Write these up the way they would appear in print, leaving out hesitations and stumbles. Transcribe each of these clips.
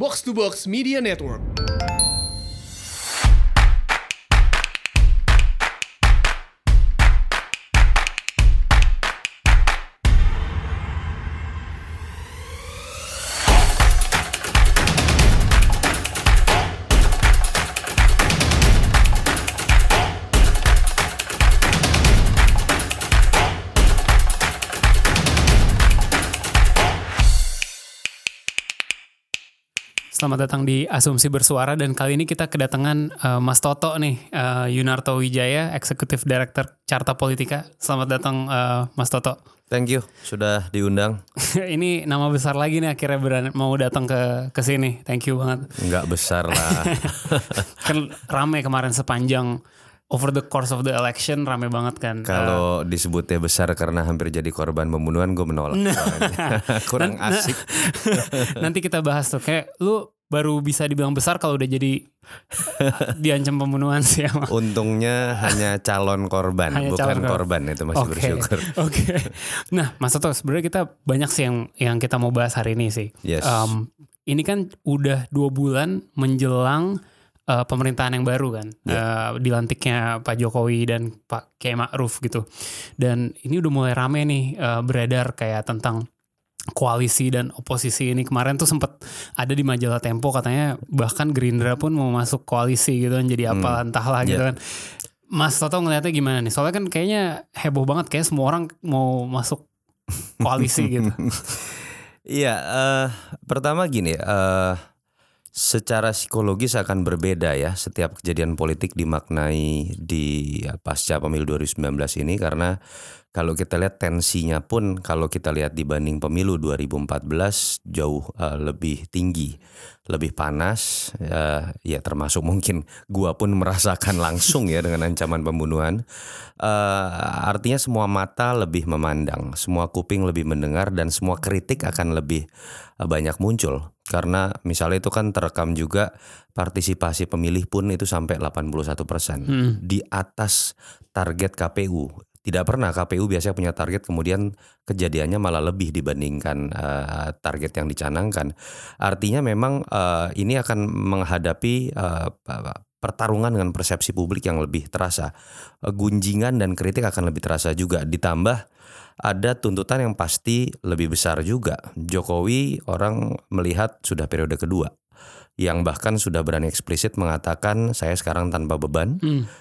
Box to Box Media Network. Selamat datang di Asumsi Bersuara dan kali ini kita kedatangan Mas Toto nih, Yunarto Wijaya, Executive Director Carta Politika. Selamat datang Mas Toto. Thank you sudah diundang. Ini nama besar lagi nih akhirnya mau datang ke sini. Thank you banget. Enggak besar lah. Kan rame kemarin sepanjang over the course of the election, rame banget kan. Kalau disebutnya besar karena hampir jadi korban pembunuhan, gue menolak. Kurang asik. Nanti kita bahas tuh, kayak lu baru bisa dibilang besar kalau udah jadi diancam pembunuhan sih. Untungnya hanya calon korban, bukan korban, itu masih bersyukur. Oke. Nah, Mas Toto, sebenarnya kita banyak sih yang kita mau bahas hari ini sih. Yes. Ini kan udah 2 bulan menjelang pemerintahan yang baru kan, dilantiknya Pak Jokowi dan Pak Kiai Ma'ruf gitu. Dan ini udah mulai rame nih beredar kayak tentang koalisi dan oposisi ini. Kemarin tuh sempat ada di majalah Tempo katanya bahkan Gerindra pun mau masuk koalisi gitu kan, jadi apa entahlah gitu kan. Mas Toto ngeliatnya gimana nih? Soalnya kan kayaknya heboh banget, kayak semua orang mau masuk koalisi gitu. Iya, pertama gini, secara psikologis akan berbeda ya setiap kejadian politik dimaknai di pasca pemilu 2019 ini, karena kalau kita lihat tensinya pun kalau kita lihat dibanding pemilu 2014 jauh lebih tinggi, lebih panas, ya termasuk mungkin gua pun merasakan langsung ya dengan ancaman pembunuhan. Artinya semua mata lebih memandang, semua kuping lebih mendengar, dan semua kritik akan lebih banyak muncul. Karena misalnya itu kan terekam juga partisipasi pemilih pun itu sampai 81%, di atas target KPU. Tidak pernah KPU biasanya punya target kemudian kejadiannya malah lebih dibandingkan target yang dicanangkan. Artinya memang ini akan menghadapi pertarungan dengan persepsi publik yang lebih terasa. Gunjingan dan kritik akan lebih terasa juga. Ditambah ada tuntutan yang pasti lebih besar juga. Jokowi orang melihat sudah periode kedua, yang bahkan sudah berani eksplisit mengatakan saya sekarang tanpa beban.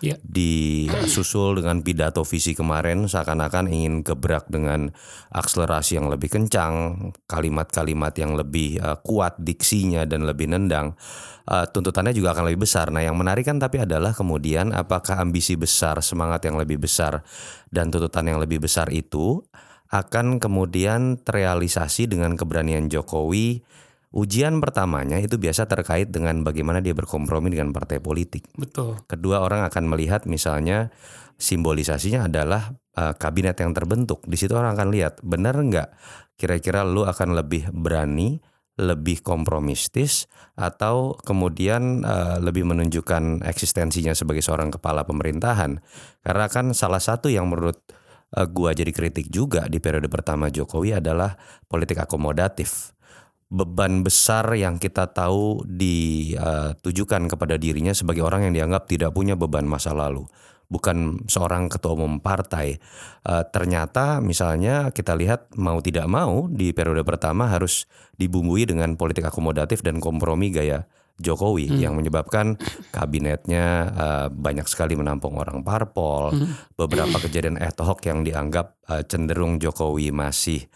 Disusul dengan pidato visi kemarin seakan-akan ingin gebrak dengan akselerasi yang lebih kencang, kalimat-kalimat yang lebih kuat diksinya dan lebih nendang. Tuntutannya juga akan lebih besar. Nah, yang menarik kan tapi adalah kemudian apakah ambisi besar, semangat yang lebih besar dan tuntutan yang lebih besar itu akan kemudian terrealisasi dengan keberanian Jokowi. Ujian pertamanya itu biasa terkait dengan bagaimana dia berkompromi dengan partai politik. Betul. Kedua, orang akan melihat misalnya simbolisasinya adalah kabinet yang terbentuk. Di situ orang akan lihat benar nggak kira-kira lu akan lebih berani, lebih kompromistis, atau kemudian lebih menunjukkan eksistensinya sebagai seorang kepala pemerintahan. Karena kan salah satu yang menurut gua jadi kritik juga di periode pertama Jokowi adalah politik akomodatif. Beban besar yang kita tahu ditujukan kepada dirinya sebagai orang yang dianggap tidak punya beban masa lalu, bukan seorang ketua umum partai. Ternyata misalnya kita lihat mau tidak mau di periode pertama harus dibumbui dengan politik akomodatif dan kompromi gaya Jokowi yang menyebabkan kabinetnya banyak sekali menampung orang parpol. Beberapa kejadian ad hoc yang dianggap cenderung Jokowi masih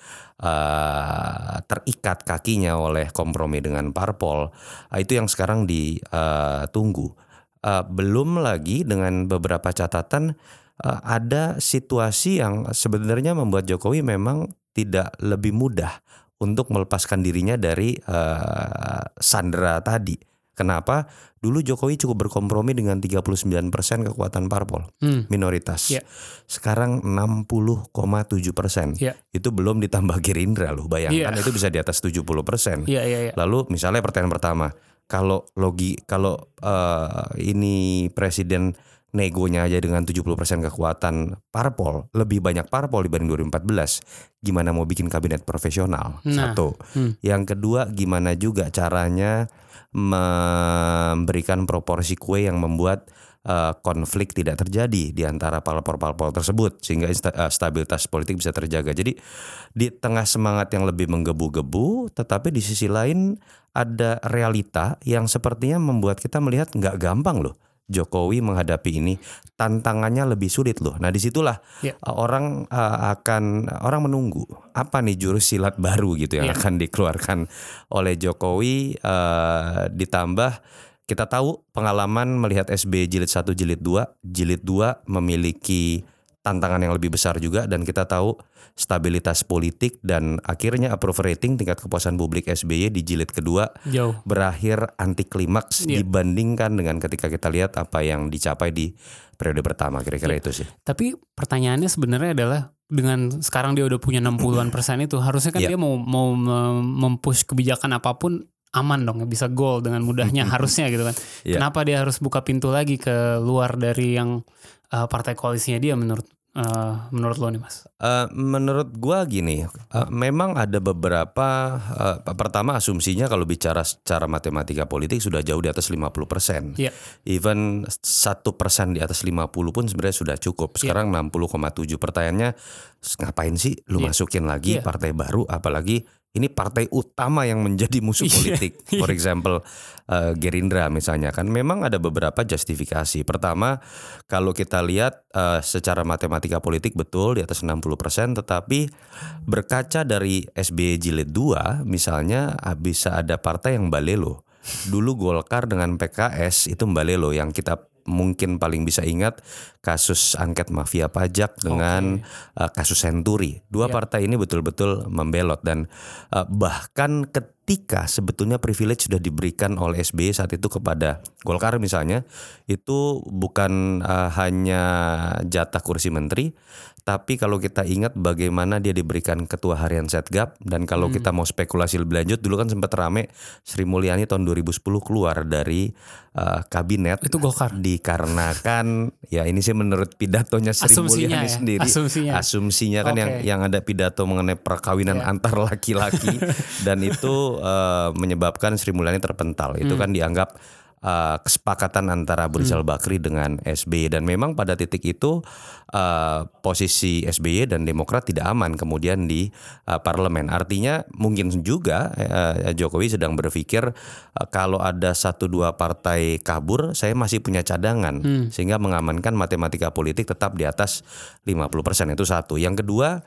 terikat kakinya oleh kompromi dengan parpol, itu yang sekarang ditunggu. Belum lagi dengan beberapa catatan, ada situasi yang sebenarnya membuat Jokowi memang tidak lebih mudah untuk melepaskan dirinya dari sandera tadi. Kenapa? Dulu Jokowi cukup berkompromi dengan 39% kekuatan parpol minoritas. Sekarang 60,7%. Itu belum ditambah Gerindra loh. Bayangkan itu bisa di atas 70%. Lalu misalnya pertanyaan pertama, kalau ini presiden negonya aja dengan 70% kekuatan parpol, lebih banyak parpol dibanding 2014. Gimana mau bikin kabinet profesional? Satu. Yang kedua, gimana juga caranya memberikan proporsi kue yang membuat konflik tidak terjadi di antara parpol-parpol tersebut sehingga stabilitas politik bisa terjaga. Jadi di tengah semangat yang lebih menggebu-gebu, tetapi di sisi lain ada realita yang sepertinya membuat kita melihat nggak gampang loh Jokowi menghadapi ini, tantangannya lebih sulit loh. Nah disitulah orang menunggu apa nih jurus silat baru gitu yang akan dikeluarkan oleh Jokowi, ditambah kita tahu pengalaman melihat SBY jilid 1, jilid 2. Jilid 2 memiliki tantangan yang lebih besar juga, dan kita tahu stabilitas politik dan akhirnya approval rating, tingkat kepuasan publik SBY di jilid kedua jauh berakhir anti klimaks dibandingkan dengan ketika kita lihat apa yang dicapai di periode pertama, kira-kira itu sih. Tapi pertanyaannya sebenarnya adalah dengan sekarang dia udah punya 60-an% itu, harusnya kan dia mau mempush kebijakan apapun aman dong, bisa goal dengan mudahnya harusnya gitu kan. Kenapa dia harus buka pintu lagi ke luar dari yang partai koalisinya dia menurut lo nih Mas? Menurut gua gini, memang ada beberapa, pertama asumsinya kalau bicara secara matematika politik sudah jauh di atas 50%. Even 1% di atas 50 pun sebenarnya sudah cukup. Sekarang 60,7. Pertanyaannya, ngapain sih lu masukin lagi partai baru, apalagi ini partai utama yang menjadi musuh politik. For example, Gerindra misalnya kan memang ada beberapa justifikasi. Pertama, kalau kita lihat secara matematika politik betul di atas 60%, tetapi berkaca dari SBY jilid 2 misalnya bisa ada partai yang balelo. Dulu Golkar dengan PKS itu balelo, yang kita mungkin paling bisa ingat kasus angket mafia pajak dengan kasus Senturi. Dua partai ini betul-betul membelot, dan bahkan ketika sebetulnya privilege sudah diberikan oleh SBY saat itu kepada Golkar misalnya, itu bukan hanya jatah kursi menteri, tapi kalau kita ingat bagaimana dia diberikan ketua harian Setgap, dan kalau kita mau spekulasi lebih lanjut, dulu kan sempat rame Sri Mulyani tahun 2010 keluar dari kabinet itu Golkar, dikarenakan ya ini sih menurut pidatonya Sri Mulyani sendiri, asumsinya kan yang ada pidato mengenai perkawinan antar laki-laki dan itu menyebabkan Sri Mulyani terpental. Itu kan dianggap kesepakatan antara Abu Rizal Bakri dengan SBY, dan memang pada titik itu posisi SBY dan Demokrat tidak aman kemudian di parlemen. Artinya mungkin juga Jokowi sedang berpikir kalau ada 1-2 partai kabur, saya masih punya cadangan sehingga mengamankan matematika politik tetap di atas 50%. Itu satu. Yang kedua,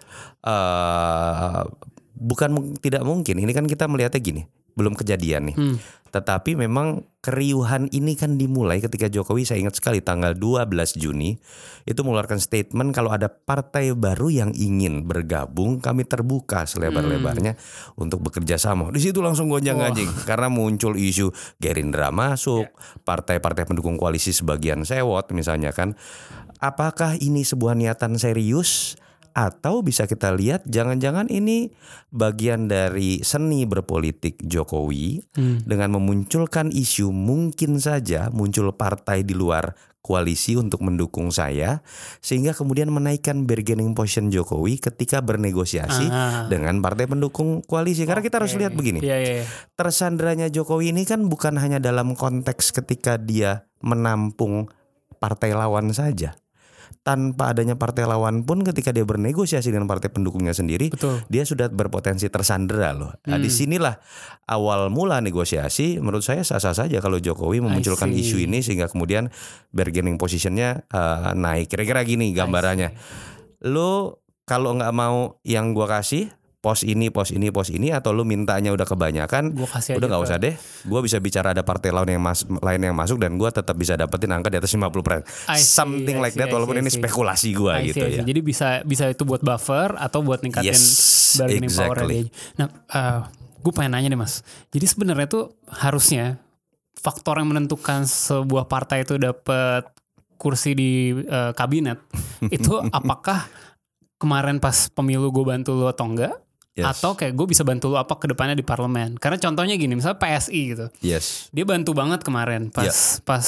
bukan tidak mungkin, ini kan kita melihatnya gini, belum kejadian nih. Tetapi memang keriuhan ini kan dimulai ketika Jokowi, saya ingat sekali tanggal 12 Juni itu mengeluarkan statement kalau ada partai baru yang ingin bergabung, kami terbuka selebar-lebarnya untuk bekerja sama. Di situ langsung gonjang-ganjing karena muncul isu Gerindra masuk, partai-partai pendukung koalisi sebagian sewot misalnya kan. Apakah ini sebuah niatan serius? Atau bisa kita lihat jangan-jangan ini bagian dari seni berpolitik Jokowi dengan memunculkan isu mungkin saja muncul partai di luar koalisi untuk mendukung saya, sehingga kemudian menaikkan bargaining position Jokowi ketika bernegosiasi dengan partai pendukung koalisi. Karena kita harus lihat begini, tersandranya Jokowi ini kan bukan hanya dalam konteks ketika dia menampung partai lawan saja. Tanpa adanya partai lawan pun ketika dia bernegosiasi dengan partai pendukungnya sendiri, dia sudah berpotensi tersandera loh. Nah, disinilah awal mula negosiasi. Menurut saya sah-sah saja kalau Jokowi memunculkan isu ini sehingga kemudian bargaining positionnya naik. Kira-kira gini gambarannya. Lo kalau nggak mau yang gua kasih, pos ini, atau lu mintanya udah kebanyakan, udah nggak usah deh. Gue bisa bicara ada partai lain yang masuk dan gue tetap bisa dapetin angka di atas 50%. Something like that, walaupun ini spekulasi gue gitu ya. Jadi bisa itu buat buffer atau buat ningkatin bargaining power dia. Nah, gue pengen nanya nih Mas. Jadi sebenarnya tuh harusnya faktor yang menentukan sebuah partai itu dapat kursi di kabinet itu apakah kemarin pas pemilu gue bantu lu atau enggak? Atau kayak gue bisa bantu lu apa ke depannya di parlemen. Karena contohnya gini, misalnya PSI gitu. Dia bantu banget kemarin pas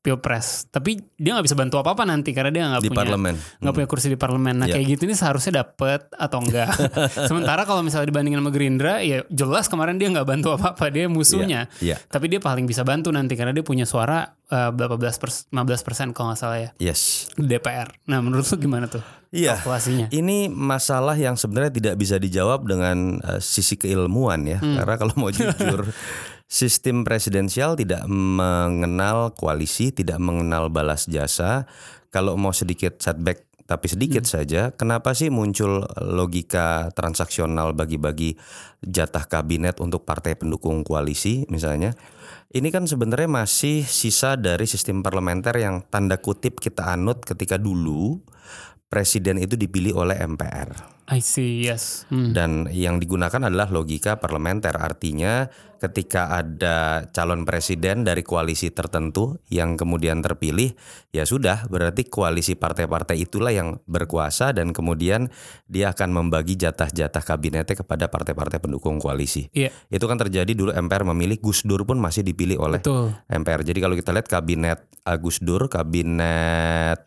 pilpres, tapi dia nggak bisa bantu apa-apa nanti karena dia nggak Di punya parlemen. punya kursi di parlemen. Nah kayak gitu ini seharusnya dapet atau enggak. Sementara kalau misalnya dibandingin sama Gerindra, ya jelas kemarin dia nggak bantu apa-apa, dia musuhnya. Tapi dia paling bisa bantu nanti karena dia punya suara 15% kalau nggak salah ya. Yes. DPR. Nah menurut lu gimana tuh? Iya. Kalkulasinya. Ini masalah yang sebenarnya tidak bisa dijawab dengan sisi keilmuan ya. Karena kalau mau jujur, sistem presidensial tidak mengenal koalisi, tidak mengenal balas jasa. Kalau mau sedikit setback, tapi sedikit saja, kenapa sih muncul logika transaksional bagi-bagi jatah kabinet untuk partai pendukung koalisi misalnya? Ini kan sebenarnya masih sisa dari sistem parlementer yang tanda kutip kita anut ketika dulu presiden itu dipilih oleh MPR. I see, yes. Dan yang digunakan adalah logika parlementer. Artinya ketika ada calon presiden dari koalisi tertentu yang kemudian terpilih, ya sudah berarti koalisi partai-partai itulah yang berkuasa dan kemudian dia akan membagi jatah-jatah kabinetnya kepada partai-partai pendukung koalisi. Itu kan terjadi dulu MPR memilih, Gus Dur pun masih dipilih oleh MPR. Jadi kalau kita lihat kabinet Gus Dur, kabinet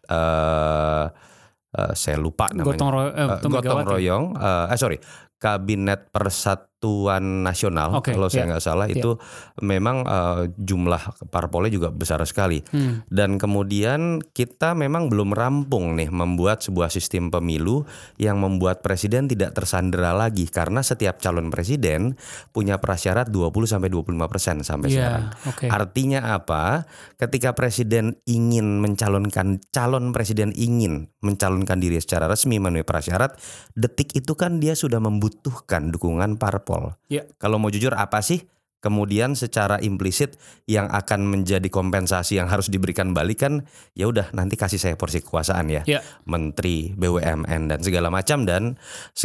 saya lupa namanya. Gotong royong. Kabinet Persatuan Nasional kalau saya nggak salah itu memang jumlah parpolnya juga besar sekali. Dan kemudian kita memang belum rampung nih membuat sebuah sistem pemilu yang membuat presiden tidak tersandera lagi karena setiap calon presiden punya prasyarat 20-25% sampai sekarang. Artinya apa? Ketika presiden ingin calon presiden ingin mencalonkan diri secara resmi memenuhi prasyarat, detik itu kan dia sudah membutuhkan dukungan parpol. Kalau mau jujur apa sih kemudian secara implisit yang akan menjadi kompensasi yang harus diberikan balik kan? Ya udah nanti kasih saya porsi kekuasaan ya. Menteri, BUMN dan segala macam. Dan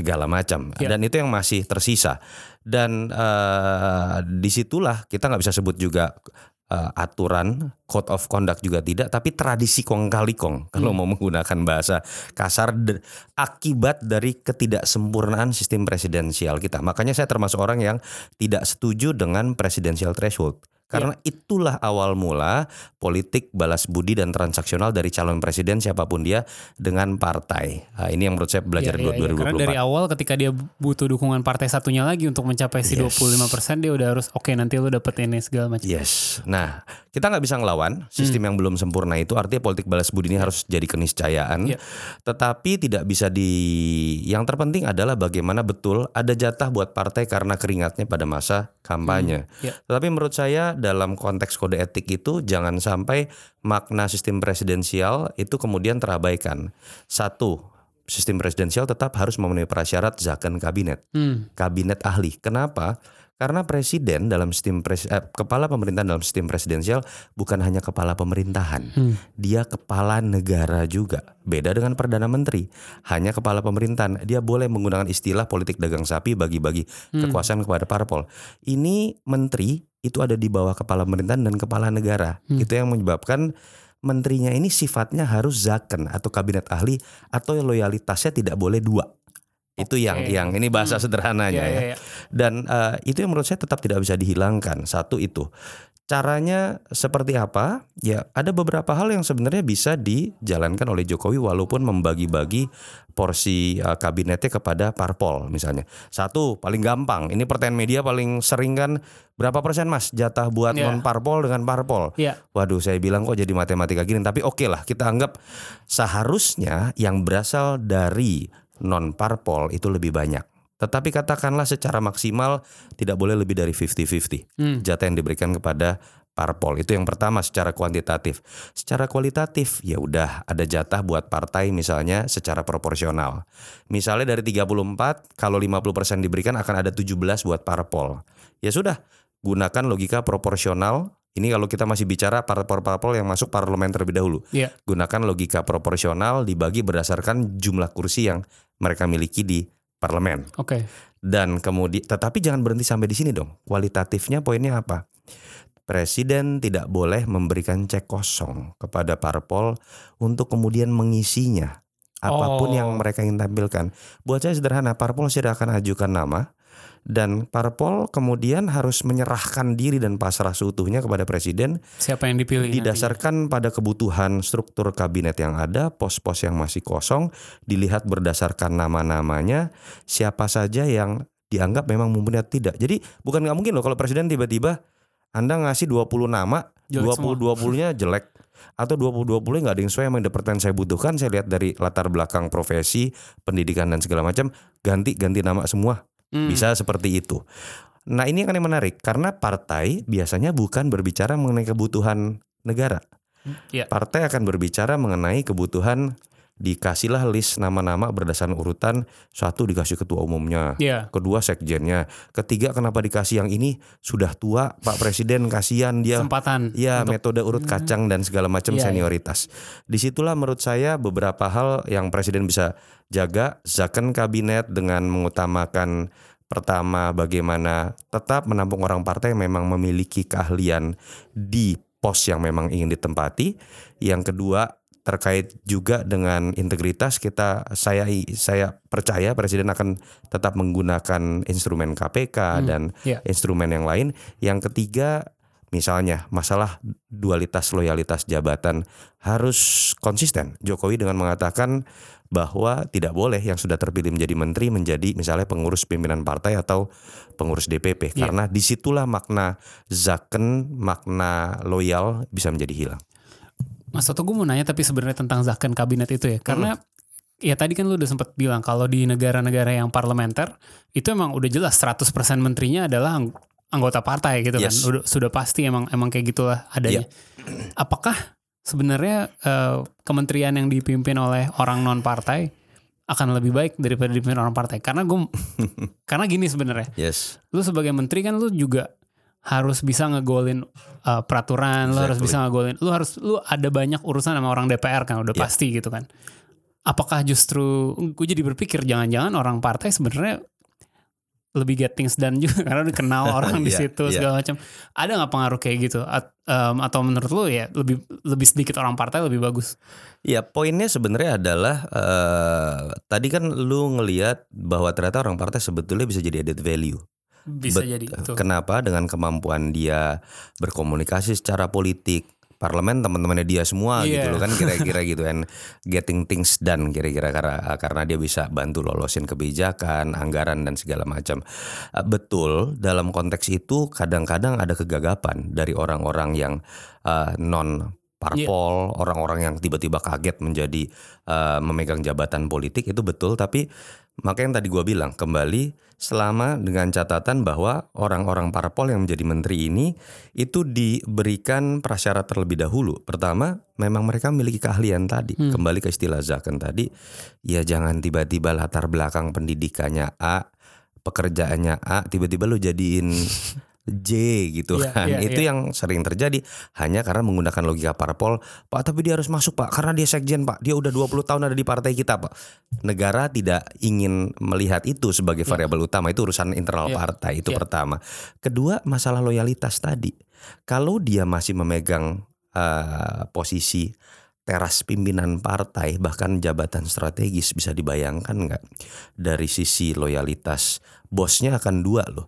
itu yang masih tersisa. Dan disitulah kita nggak bisa sebut juga aturan code of conduct juga tidak, tapi tradisi kong kali kong kalau mau menggunakan bahasa kasar akibat dari ketidaksempurnaan sistem presidensial kita. Makanya saya termasuk orang yang tidak setuju dengan presidensial threshold. Karena itulah awal mula politik balas budi dan transaksional dari calon presiden siapapun dia dengan partai. Nah, ini yang menurut saya belajar 2024. Karena dari awal ketika dia butuh dukungan partai satunya lagi untuk mencapai si 25%, dia udah harus nanti lu dapet ini segala macam. Nah, kita nggak bisa ngelawan sistem yang belum sempurna itu. Artinya politik balas budi ini harus jadi keniscayaan. Tetapi tidak bisa yang terpenting adalah bagaimana betul ada jatah buat partai karena keringatnya pada masa kampanye. Tetapi menurut saya dalam konteks kode etik itu jangan sampai makna sistem presidensial itu kemudian terabaikan. Satu, sistem presidensial tetap harus memenuhi prasyarat zakon kabinet. Kabinet ahli. Kenapa? Karena presiden dalam sistem kepala pemerintahan dalam sistem presidensial bukan hanya kepala pemerintahan. Dia kepala negara juga. Beda dengan Perdana Menteri. Hanya kepala pemerintahan. Dia boleh menggunakan istilah politik dagang sapi bagi-bagi kekuasaan kepada parpol. Ini menteri itu ada di bawah kepala pemerintahan dan kepala negara. Itu yang menyebabkan menterinya ini sifatnya harus zakon atau kabinet ahli atau loyalitasnya tidak boleh dua. Itu yang ini bahasa sederhananya ya. Dan itu yang menurut saya tetap tidak bisa dihilangkan. Satu itu. Caranya seperti apa? Ya ada beberapa hal yang sebenarnya bisa dijalankan oleh Jokowi walaupun membagi-bagi porsi kabinetnya kepada parpol misalnya. Satu, paling gampang. Ini pertanyaan media paling sering kan, berapa persen mas jatah buat non parpol dengan parpol? Waduh, saya bilang kok jadi matematika gini. Tapi oke lah, kita anggap seharusnya yang berasal dari non parpol itu lebih banyak. Tetapi katakanlah secara maksimal tidak boleh lebih dari 50-50 jatah yang diberikan kepada parpol. Itu yang pertama secara kuantitatif. Secara kualitatif ya udah ada jatah buat partai misalnya secara proporsional. Misalnya dari 34 kalau 50% diberikan akan ada 17 buat parpol. Ya sudah, gunakan logika proporsional. Ini kalau kita masih bicara parpol-parpol yang masuk parlemen terlebih dahulu. Gunakan logika proporsional dibagi berdasarkan jumlah kursi yang mereka miliki di parlemen. Dan kemudian, tetapi jangan berhenti sampai di sini dong. Kualitatifnya poinnya apa? Presiden tidak boleh memberikan cek kosong kepada parpol untuk kemudian mengisinya. Apapun yang mereka ingin tampilkan. Buat saya sederhana, parpol silahkan ajukan nama. dan parpol kemudian harus menyerahkan diri dan pasrah seutuhnya kepada presiden. Siapa yang dipilih didasarkan pada kebutuhan struktur kabinet yang ada, pos-pos yang masih kosong, dilihat berdasarkan nama-namanya, siapa saja yang dianggap memang mumpuni atau tidak. Jadi bukan nggak mungkin loh kalau presiden tiba-tiba Anda ngasih 20 nama, 20-20-nya jelek. Atau 20-20 nggak ada yang sesuai sama departemen saya butuhkan, saya lihat dari latar belakang profesi, pendidikan dan segala macam, ganti nama semua. Bisa seperti itu. Nah ini kan yang menarik, karena partai biasanya bukan berbicara mengenai kebutuhan negara. Partai akan berbicara mengenai kebutuhan, dikasihlah list nama-nama berdasarkan urutan. Satu dikasih ketua umumnya, kedua sekjennya, ketiga kenapa dikasih yang ini, sudah tua Pak Presiden, kasihan dia, kesempatan metode urut kacang dan segala macam senioritas. Disitulah menurut saya beberapa hal yang presiden bisa jaga, zakon kabinet dengan mengutamakan pertama bagaimana tetap menampung orang partai yang memang memiliki keahlian di pos yang memang ingin ditempati. Yang kedua terkait juga dengan integritas, saya percaya presiden akan tetap menggunakan instrumen KPK dan instrumen yang lain. Yang ketiga misalnya masalah dualitas loyalitas jabatan harus konsisten. Jokowi dengan mengatakan bahwa tidak boleh yang sudah terpilih menjadi menteri menjadi misalnya pengurus pimpinan partai atau pengurus DPP, karena disitulah makna zakon, makna loyal bisa menjadi hilang. Mas Toto, gue mau nanya tapi sebenarnya tentang zakon kabinet itu ya. Karena ya tadi kan lu udah sempat bilang kalau di negara-negara yang parlementer itu emang udah jelas 100% menterinya adalah anggota partai gitu kan. Sudah pasti emang kayak gitulah adanya. Apakah sebenarnya kementerian yang dipimpin oleh orang non partai akan lebih baik daripada dipimpin orang partai? Karena karena gini sebenarnya. Lu sebagai menteri kan lu juga harus bisa ngegolin peraturan, lu harus bisa ngegolin, lu ada banyak urusan sama orang DPR kan, udah pasti gitu kan. Apakah justru gue jadi berpikir jangan-jangan orang partai sebenarnya lebih get things done juga karena udah kenal orang di situ segala macam. Ada nggak pengaruh kayak gitu? Atau menurut lu ya lebih sedikit orang partai lebih bagus? Ya poinnya sebenarnya adalah tadi kan lu ngelihat bahwa ternyata orang partai sebetulnya bisa jadi added value. Bisa jadi itu. Kenapa? Dengan kemampuan dia berkomunikasi secara politik, parlemen teman-temannya dia semua gitu loh kan, kira-kira gitu, and getting things done kira-kira karena dia bisa bantu lolosin kebijakan, anggaran dan segala macam. Betul, dalam konteks itu kadang-kadang ada kegagapan dari orang-orang yang non parpol, orang-orang yang tiba-tiba kaget menjadi memegang jabatan politik, itu betul. Tapi makanya yang tadi gue bilang kembali, selama dengan catatan bahwa orang-orang parpol yang menjadi menteri ini itu diberikan prasyarat terlebih dahulu. Pertama, memang mereka memiliki keahlian tadi. Kembali ke istilah zakon tadi, ya jangan tiba-tiba latar belakang pendidikannya A, pekerjaannya A, tiba-tiba lu jadiin J gitu kan. Itu yang sering terjadi hanya karena menggunakan logika parpol. Pak, tapi dia harus masuk Pak karena dia sekjen Pak, dia udah 20 tahun ada di partai kita Pak. Negara tidak ingin melihat itu sebagai variabel utama. Itu urusan internal partai. Itu pertama. Kedua, masalah loyalitas tadi. Kalau dia masih memegang posisi teras pimpinan partai, bahkan jabatan strategis, bisa dibayangkan nggak dari sisi loyalitas bosnya akan dua loh.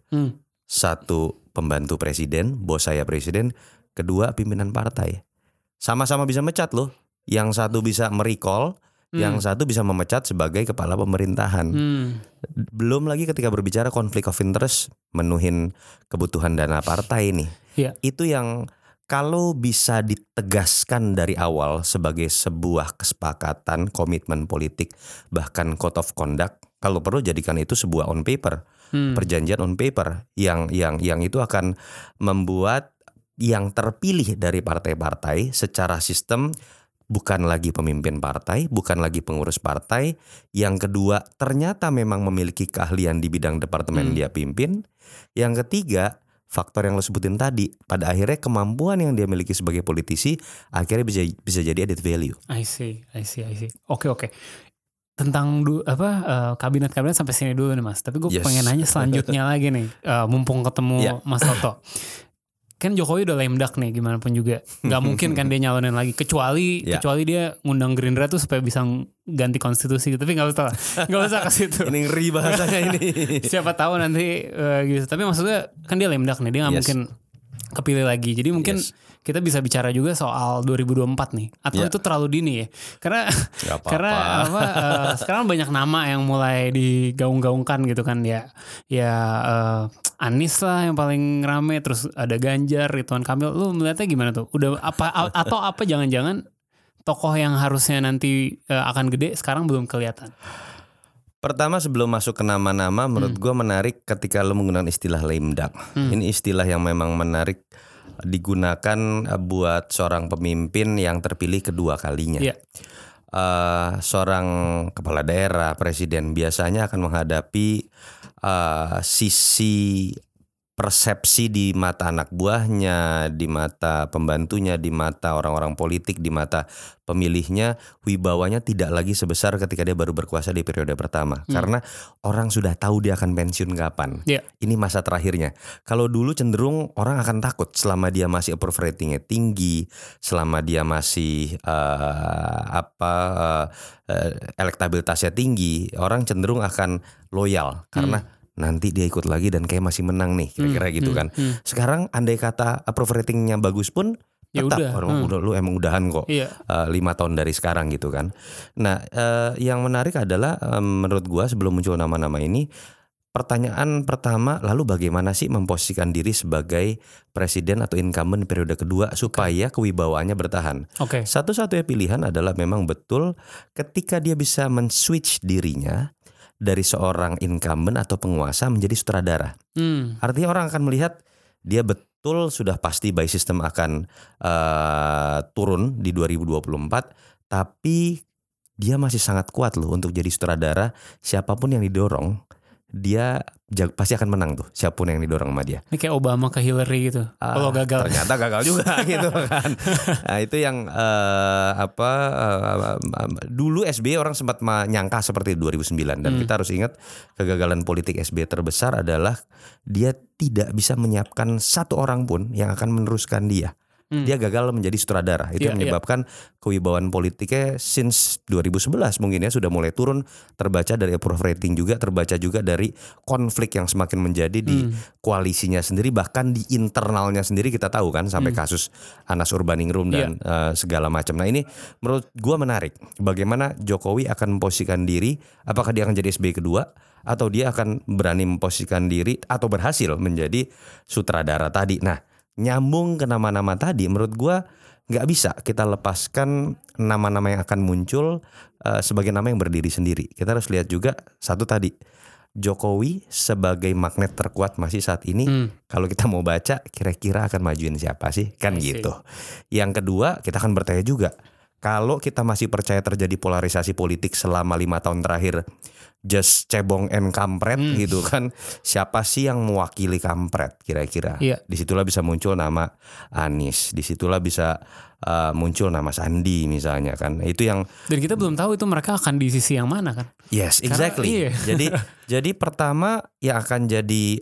Satu pembantu presiden, bos saya presiden. Kedua pimpinan partai. Sama-sama bisa mecat loh. Yang satu bisa merecall, yang satu bisa memecat sebagai kepala pemerintahan. Belum lagi ketika berbicara konflik of interest, menuhin kebutuhan dana partai nih. Itu yang kalau bisa ditegaskan dari awal sebagai sebuah kesepakatan, komitmen politik, bahkan code of conduct, kalau perlu jadikan itu sebuah on paper. Perjanjian on paper yang itu akan membuat yang terpilih dari partai-partai secara sistem bukan lagi pemimpin partai, bukan lagi pengurus partai. Yang kedua, ternyata memang memiliki keahlian di bidang departemen dia pimpin. Yang ketiga, faktor yang lo sebutin tadi, pada akhirnya kemampuan yang dia miliki sebagai politisi akhirnya bisa jadi added value. I see. Oke. Tentang kabinet-kabinet sampai sini dulu nih Mas. Tapi gue pengen nanya selanjutnya lagi nih, mumpung ketemu Mas Toto. kan Jokowi udah lame duck nih gimana pun juga. Gak mungkin kan dia nyalonin lagi kecuali dia ngundang Gerindra tuh supaya bisa ganti konstitusi gitu. Tapi gak usah ke situ. Ini ngeri bahasanya ini. Siapa tahu nanti gitu. Tapi maksudnya kan dia lame duck nih, dia gak mungkin kepilih lagi. Jadi mungkin kita bisa bicara juga soal 2024 nih. Atau itu terlalu dini ya. Karena sekarang banyak nama yang mulai digaung-gaungkan gitu kan ya. Anies lah yang paling rame, terus ada Ganjar, Ridwan Kamil. Lu melihatnya gimana tuh? Udah apa jangan-jangan tokoh yang harusnya nanti akan gede sekarang belum kelihatan? Pertama sebelum masuk ke nama-nama, menurut gue menarik ketika lu menggunakan istilah lame duck. Ini istilah yang memang menarik digunakan buat seorang pemimpin yang terpilih kedua kalinya. Seorang kepala daerah, presiden biasanya akan menghadapi sisi persepsi di mata anak buahnya, di mata pembantunya, di mata orang-orang politik, di mata pemilihnya, wibawanya tidak lagi sebesar ketika dia baru berkuasa di periode pertama. Karena orang sudah tahu dia akan pensiun kapan. Ini masa terakhirnya. Kalau dulu cenderung orang akan takut selama dia masih approval ratingnya tinggi, selama dia masih elektabilitasnya tinggi, orang cenderung akan loyal karena nanti dia ikut lagi dan kayak masih menang nih kira-kira gitu kan. Sekarang andai kata approval ratingnya bagus pun tetap orang lu emang udahan kok 5 tahun dari sekarang gitu kan. Nah yang menarik adalah menurut gua sebelum muncul nama-nama ini, pertanyaan pertama, lalu bagaimana sih memposisikan diri sebagai presiden atau incumbent periode kedua supaya kewibawaannya bertahan. Satu-satunya pilihan adalah memang betul ketika dia bisa men-switch dirinya dari seorang incumbent atau penguasa menjadi sutradara. Artinya orang akan melihat dia betul sudah pasti by system akan turun di 2024, tapi dia masih sangat kuat loh untuk jadi sutradara. Siapapun yang didorong, dia pasti akan menang tuh, siapapun yang didorong sama dia. Ini kayak Obama ke Hillary gitu. Kalau gagal, ternyata gagal juga gitu kan. Nah itu yang dulu SBY orang sempat menyangka seperti 2009. Dan kita harus ingat kegagalan politik SBY terbesar adalah dia tidak bisa menyiapkan satu orang pun yang akan meneruskan dia. Dia gagal menjadi sutradara. Itu yang menyebabkan kewibawaan politiknya since 2011 mungkin ya sudah mulai turun. Terbaca dari approval rating juga, terbaca juga dari konflik yang semakin menjadi di koalisinya sendiri, bahkan di internalnya sendiri kita tahu kan sampai kasus Anas Urbaningrum dan segala macam. Nah ini menurut gua menarik. Bagaimana Jokowi akan memposisikan diri, apakah dia akan jadi SBY kedua atau dia akan berani memposisikan diri atau berhasil menjadi sutradara tadi. Nah, nyambung ke nama-nama tadi, menurut gue gak bisa kita lepaskan nama-nama yang akan muncul sebagai nama yang berdiri sendiri. Kita harus lihat juga satu tadi, Jokowi sebagai magnet terkuat masih saat ini. Kalau kita mau baca kira-kira akan majuin siapa sih, kan gitu. Yang kedua, kita akan bertanya juga, kalau kita masih percaya terjadi polarisasi politik selama 5 tahun terakhir, just cebong and kampret gitu kan, siapa sih yang mewakili kampret kira-kira? Disitulah bisa muncul nama Anies, disitulah bisa muncul nama Sandi misalnya kan. Itu yang, dan kita belum tahu itu mereka akan di sisi yang mana kan? Yes, exactly. Jadi pertama yang akan jadi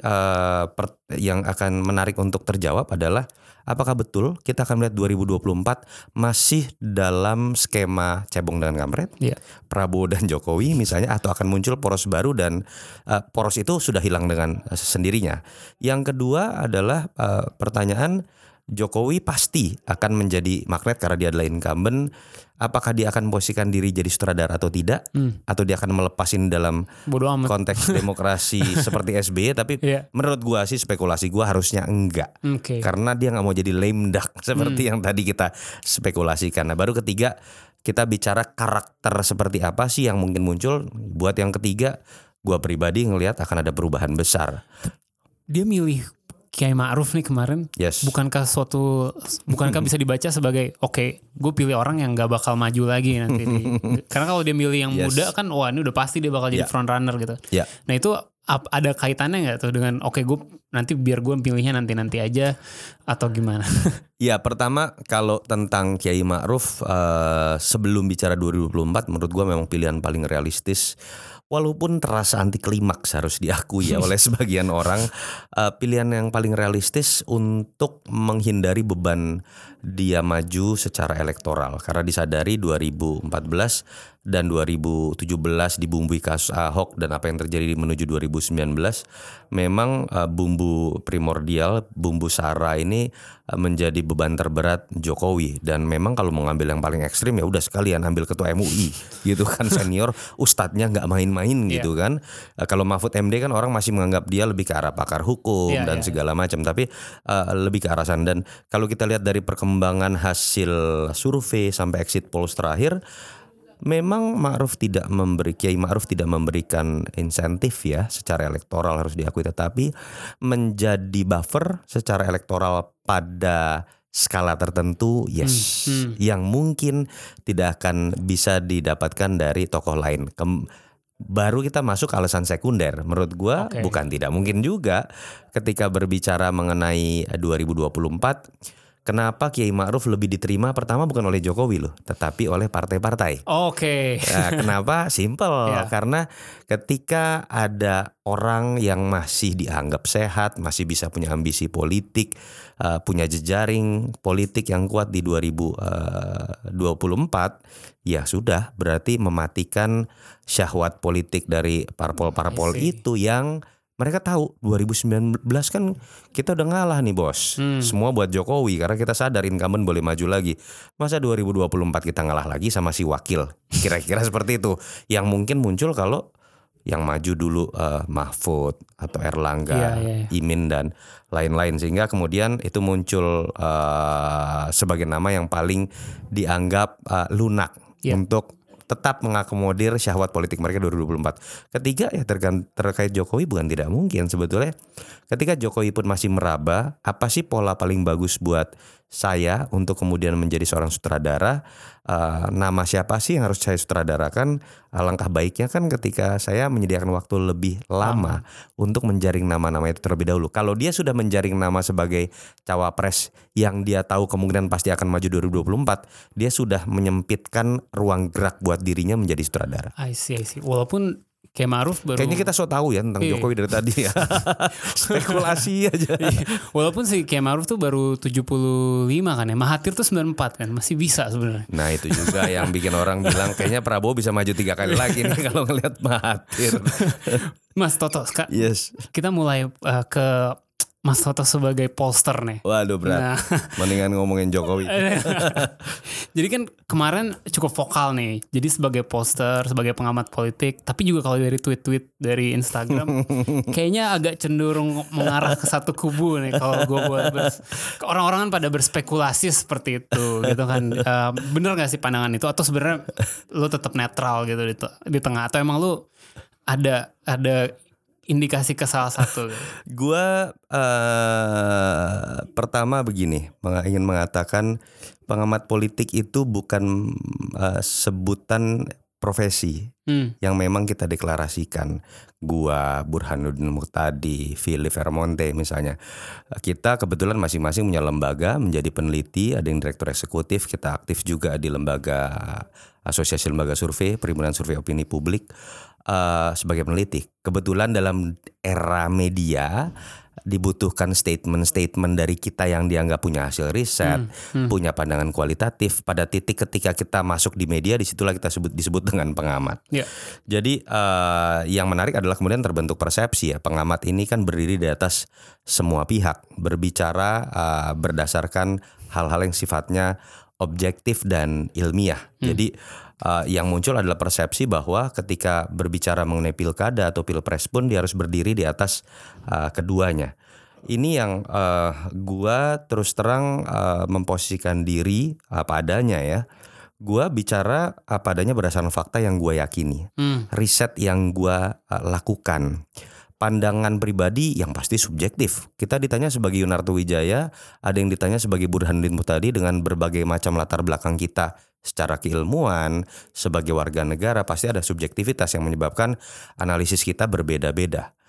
yang akan menarik untuk terjawab adalah apakah betul kita akan melihat 2024 masih dalam skema cebong dan kampret, Prabowo dan Jokowi misalnya, atau akan muncul poros baru dan poros itu sudah hilang dengan sendirinya. Yang kedua adalah pertanyaan, Jokowi pasti akan menjadi magnet karena dia adalah incumbent. Apakah dia akan memposisikan diri jadi sutradara atau tidak, atau dia akan melepasin dalam konteks demokrasi seperti SBY? Tapi menurut gua sih, spekulasi gua harusnya enggak, karena dia nggak mau jadi lame duck seperti yang tadi kita spekulasikan. Nah baru ketiga kita bicara karakter seperti apa sih yang mungkin muncul. Buat yang ketiga, gua pribadi ngelihat akan ada perubahan besar. Dia milih Kiai Ma'ruf nih kemarin, bukankah bisa dibaca sebagai gue pilih orang yang gak bakal maju lagi nanti nih. Karena kalau dia milih yang muda kan, wah ini udah pasti dia bakal jadi front runner gitu. Nah itu ada kaitannya nggak tuh dengan gue nanti biar gue pilihnya nanti aja, atau gimana? Ya pertama kalau tentang Kiai Ma'ruf sebelum bicara 2024 menurut gue memang pilihan paling realistis. Walaupun terasa anti klimaks harus diakui ya oleh sebagian orang, pilihan yang paling realistis untuk menghindari beban dia maju secara elektoral. Karena disadari 2014 dan 2017 dibumbui kasus Ahok dan apa yang terjadi menuju 2019, memang bumbu primordial, bumbu sara ini menjadi beban terberat Jokowi. Dan memang kalau mau ngambil yang paling ekstrim ya udah sekalian ambil ketua MUI gitu kan, senior, ustadznya nggak main-main gitu kan. Kalau Mahfud MD kan orang masih menganggap dia lebih ke arah pakar hukum dan segala macam, tapi lebih ke arah sana. Dan kalau kita lihat dari perkembangan hasil survei sampai exit polls terakhir, memang Kiai Ma'ruf tidak memberikan insentif ya secara elektoral harus diakui, tetapi menjadi buffer secara elektoral pada skala tertentu yang mungkin tidak akan bisa didapatkan dari tokoh lain. Baru kita masuk alasan sekunder. Menurut gua bukan tidak mungkin juga ketika berbicara mengenai 2024. Kenapa Kiai Ma'ruf lebih diterima pertama bukan oleh Jokowi loh, tetapi oleh partai-partai. Nah, kenapa? Simple. Karena ketika ada orang yang masih dianggap sehat, masih bisa punya ambisi politik, punya jejaring politik yang kuat di 2024, ya sudah berarti mematikan syahwat politik dari parpol-parpol itu yang mereka tahu 2019 kan kita udah ngalah nih bos. Semua buat Jokowi karena kita sadar incumbent boleh maju lagi. Masa 2024 kita ngalah lagi sama si wakil? Kira-kira seperti itu. Yang mungkin muncul kalau yang maju dulu Mahfud atau Erlangga, Imin dan lain-lain. Sehingga kemudian itu muncul sebagai nama yang paling dianggap lunak untuk tetap mengakomodir syahwat politik mereka 2024. Ketiga ya terkait Jokowi bukan tidak mungkin sebetulnya. Ketika Jokowi pun masih meraba, apa sih pola paling bagus buat saya untuk kemudian menjadi seorang sutradara? Nama siapa sih yang harus saya sutradarakan? Alangkah baiknya kan ketika saya menyediakan waktu lebih lama untuk menjaring nama-nama itu terlebih dahulu. Kalau dia sudah menjaring nama sebagai cawapres yang dia tahu kemungkinan pasti akan maju 2024, dia sudah menyempitkan ruang gerak buat dirinya menjadi sutradara. I see. Walaupun Kiai Ma'ruf baru... Kayaknya kita so tahu ya tentang Jokowi dari tadi ya. Spekulasi aja. Walaupun si Kiai Ma'ruf tuh baru 75 kan ya. Mahathir tuh 94 kan. Masih bisa sebenarnya. Nah itu juga yang bikin orang bilang kayaknya Prabowo bisa maju 3 kali lagi nih kalau ngelihat Mahathir. Mas Toto, kita mulai ke Mas Toto sebagai pollster nih. Waduh berat. Mendingan ngomongin Jokowi. Jadi kan kemarin cukup vokal nih. Jadi sebagai pollster, sebagai pengamat politik, tapi juga kalau dari tweet-tweet dari Instagram, kayaknya agak cenderung mengarah ke satu kubu nih. Kalau gue orang-orang kan pada berspekulasi seperti itu, gitu kan. Bener nggak sih pandangan itu? Atau sebenarnya lu tetap netral gitu di tengah? Atau emang lu ada indikasi ke salah satu? Gua pertama begini, ingin mengatakan pengamat politik itu bukan sebutan profesi yang memang kita deklarasikan. Gua, Burhanuddin Muhtadi, Philip Vermonte misalnya. Kita kebetulan masing-masing punya lembaga, menjadi peneliti, ada yang direktur eksekutif, kita aktif juga di lembaga Asosiasi Lembaga Survei, Perhimpunan Survei Opini Publik. Sebagai peneliti, kebetulan dalam era media dibutuhkan statement-statement dari kita yang dianggap punya hasil riset, punya pandangan kualitatif. Pada titik ketika kita masuk di media, disitulah kita disebut dengan pengamat. Jadi yang menarik adalah kemudian terbentuk persepsi ya, pengamat ini kan berdiri di atas semua pihak, berbicara berdasarkan hal-hal yang sifatnya objektif dan ilmiah. Jadi yang muncul adalah persepsi bahwa ketika berbicara mengenai pilkada atau pilpres pun dia harus berdiri di atas keduanya. Ini yang gua terus terang memposisikan diri apa adanya ya. Gua bicara apa adanya berdasarkan fakta yang gua yakini, riset yang gua lakukan. Pandangan pribadi yang pasti subjektif. Kita ditanya sebagai Yunarto Wijaya, ada yang ditanya sebagai Burhanuddin Muhtadi dengan berbagai macam latar belakang kita. Secara keilmuan, sebagai warga negara pasti ada subjektivitas yang menyebabkan analisis kita berbeda-beda.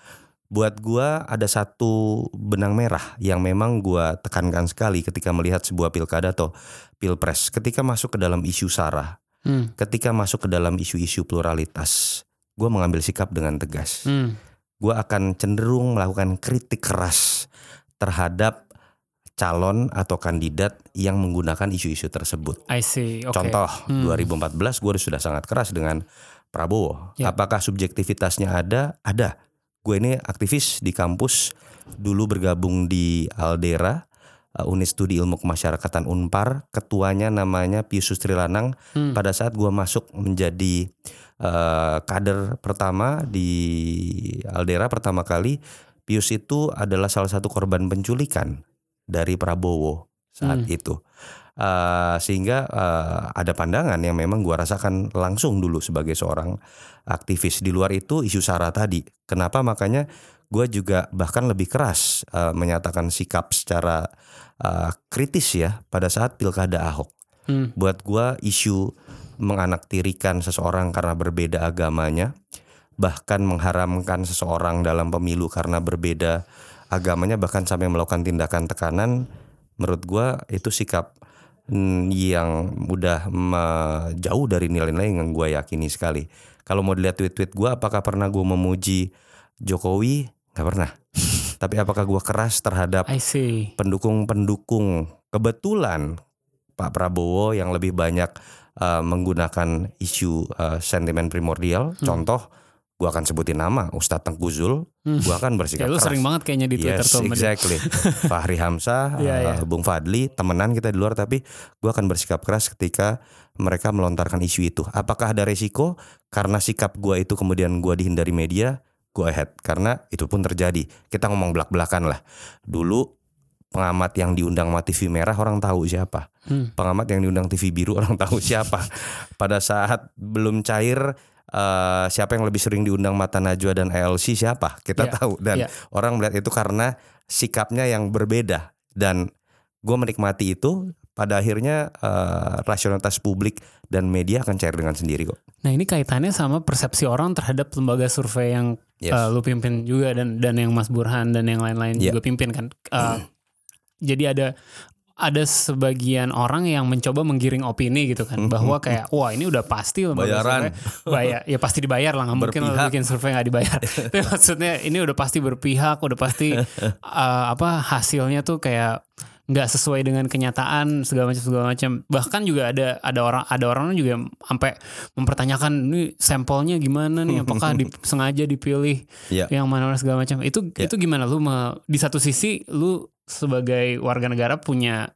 buat gua ada satu benang merah yang memang gua tekankan sekali ketika melihat sebuah pilkada atau pilpres. Ketika masuk ke dalam isu SARA, ketika masuk ke dalam isu-isu pluralitas, gua mengambil sikap dengan tegas. Gua akan cenderung melakukan kritik keras terhadap calon atau kandidat yang menggunakan isu-isu tersebut. I see. Okay. Contoh 2014 gue sudah sangat keras dengan Prabowo. Apakah subjektivitasnya ada? Ada. Gue ini aktivis di kampus, dulu bergabung di Aldera, Unit Studi Ilmu Kemasyarakatan Unpar. Ketuanya namanya Pius Sustrilanang. Pada saat gue masuk menjadi kader pertama di Aldera pertama kali, Pius itu adalah salah satu korban penculikan dari Prabowo saat itu. Sehingga ada pandangan yang memang gue rasakan langsung dulu sebagai seorang aktivis. Di luar itu isu SARA tadi. Kenapa makanya gue juga bahkan lebih keras menyatakan sikap secara kritis ya pada saat pilkada Ahok. Buat gue isu menganaktirikan seseorang karena berbeda agamanya, bahkan mengharamkan seseorang dalam pemilu karena berbeda agamanya, bahkan sampai melakukan tindakan tekanan, menurut gue itu sikap yang udah jauh dari nilai-nilai yang gue yakini sekali. Kalau mau dilihat tweet-tweet gue, apakah pernah gue memuji Jokowi? Gak pernah. Tapi apakah gue keras terhadap pendukung-pendukung? Kebetulan Pak Prabowo yang lebih banyak menggunakan isu sentimen primordial. Contoh, gue akan sebutin nama Ustadz Tengku Zul, gue akan bersikap lu keras. Sering banget kayaknya di Twitter tuh. Exactly. Fahri Hamzah, Bung Fadli, temenan kita di luar, tapi gue akan bersikap keras ketika mereka melontarkan isu itu. Apakah ada resiko? Karena sikap gue itu kemudian gue dihindari media, go ahead. Karena itu pun terjadi. Kita ngomong belak-belakan lah. Dulu pengamat yang diundang sama TV merah orang tahu siapa. Pengamat yang diundang TV biru orang tahu siapa. Pada saat belum cair, siapa yang lebih sering diundang Mata Najwa dan ALC siapa kita tahu, dan orang melihat itu karena sikapnya yang berbeda, dan gue menikmati itu. Pada akhirnya rasionalitas publik dan media akan cair dengan sendiri kok. Nah ini kaitannya sama persepsi orang terhadap lembaga survei yang lu pimpin juga, dan yang Mas Burhan dan yang lain-lain juga pimpin kan. Jadi ada sebagian orang yang mencoba menggiring opini gitu kan, bahwa kayak wah ini udah pasti lembaga survei ya pasti dibayar lah, nggak mungkin lo bikin survei nggak dibayar. Tapi maksudnya ini udah pasti berpihak, udah pasti hasilnya tuh kayak nggak sesuai dengan kenyataan segala macam. Bahkan juga ada orang juga sampai mempertanyakan ini sampelnya gimana nih, apakah sengaja dipilih yang mana segala macam. Itu gimana lu di satu sisi lu sebagai warga negara punya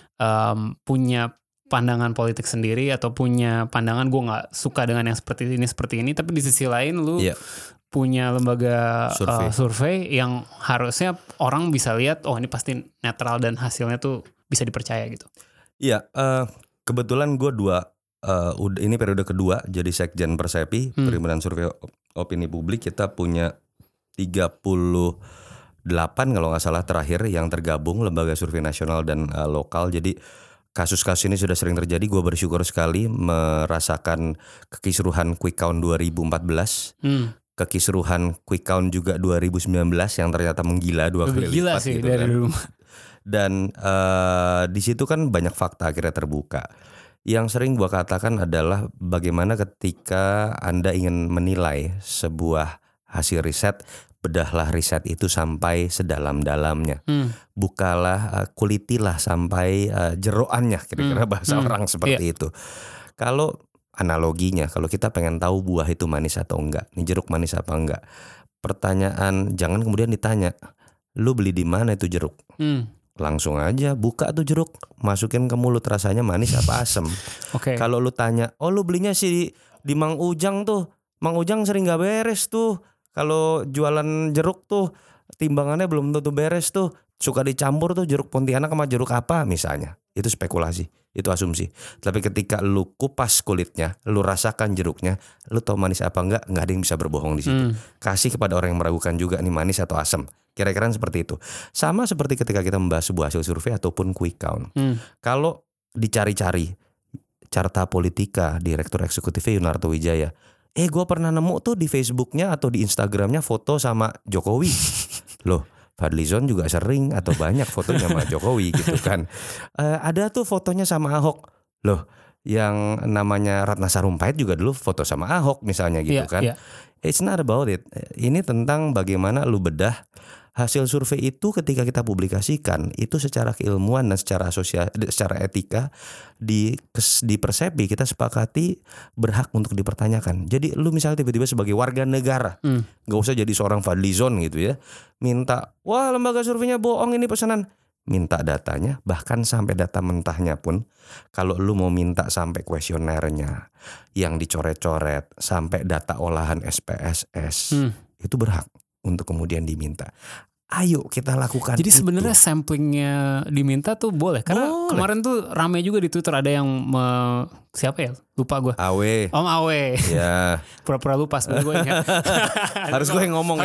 pandangan politik sendiri atau punya pandangan gue nggak suka dengan yang seperti ini, tapi di sisi lain lu punya lembaga survei yang harusnya orang bisa lihat, oh ini pasti netral dan hasilnya tuh bisa dipercaya gitu. Iya, kebetulan gue ini periode kedua jadi Sekjen Persepi, Perhimpunan Survei Opini Publik. Kita punya 38 kalau nggak salah terakhir yang tergabung, lembaga survei nasional dan lokal. Jadi kasus-kasus ini sudah sering terjadi. Gue bersyukur sekali merasakan kekisruhan Quick Count 2014. Kekisruhan Quick Count juga 2019 yang ternyata menggila 2 kali lipat sih, gitu dari kan. dulu. Dan di situ kan banyak fakta akhirnya terbuka. Yang sering gua katakan adalah bagaimana ketika Anda ingin menilai sebuah hasil riset, bedahlah riset itu sampai sedalam-dalamnya. Bukalah, kulitilah sampai jeroannya, kira-kira bahasa orang seperti itu. Kalau analoginya, kalau kita pengen tahu buah itu manis atau enggak, ini jeruk manis apa enggak, pertanyaan jangan kemudian ditanya, lu beli di mana itu jeruk? Langsung aja buka tuh jeruk, masukin ke mulut, rasanya manis apa asem. Kalau lu tanya, oh lu belinya sih di Mang Ujang tuh, Mang Ujang sering gak beres tuh, kalau jualan jeruk tuh timbangannya belum tentu beres tuh, suka dicampur tuh jeruk Pontianak sama jeruk apa misalnya. Itu spekulasi, itu asumsi. Tapi ketika lu kupas kulitnya, lu rasakan jeruknya, lu tahu manis apa enggak ada yang bisa berbohong di situ. Kasih kepada orang yang meragukan juga nih manis atau asam. Kira-kira seperti itu. Sama seperti ketika kita membahas sebuah hasil survei ataupun quick count. Kalau dicari-cari Carta Politika Direktur Eksekutifnya Yunarto Wijaya, gue pernah nemu tuh di Facebooknya atau di Instagramnya foto sama Jokowi. Loh, Fadlizon juga sering atau banyak fotonya sama Jokowi gitu kan. Ada tuh fotonya sama Ahok. Loh, yang namanya Ratna Sarumpait juga dulu foto sama Ahok misalnya gitu kan. It's not about it. Ini tentang bagaimana lu bedah hasil survei itu ketika kita publikasikan itu secara keilmuan dan secara secara etika di persepi kita sepakati berhak untuk dipertanyakan. Jadi lu misalnya tiba-tiba sebagai warga negara, gak usah jadi seorang Fadlizon gitu ya, minta, wah lembaga surveinya bohong ini pesanan, minta datanya, bahkan sampai data mentahnya pun, kalau lu mau minta sampai kuesionernya yang dicoret-coret, sampai data olahan SPSS, itu berhak untuk kemudian diminta. Ayo kita lakukan. Jadi sebenarnya samplingnya diminta tuh boleh. Karena kemarin tuh rame juga di Twitter ada yang siapa ya? Lupa gue. Awe. Om Awe. Ya. Pura-pura lupa sebenarnya gue ingat. Harus gue yang ngomong ya.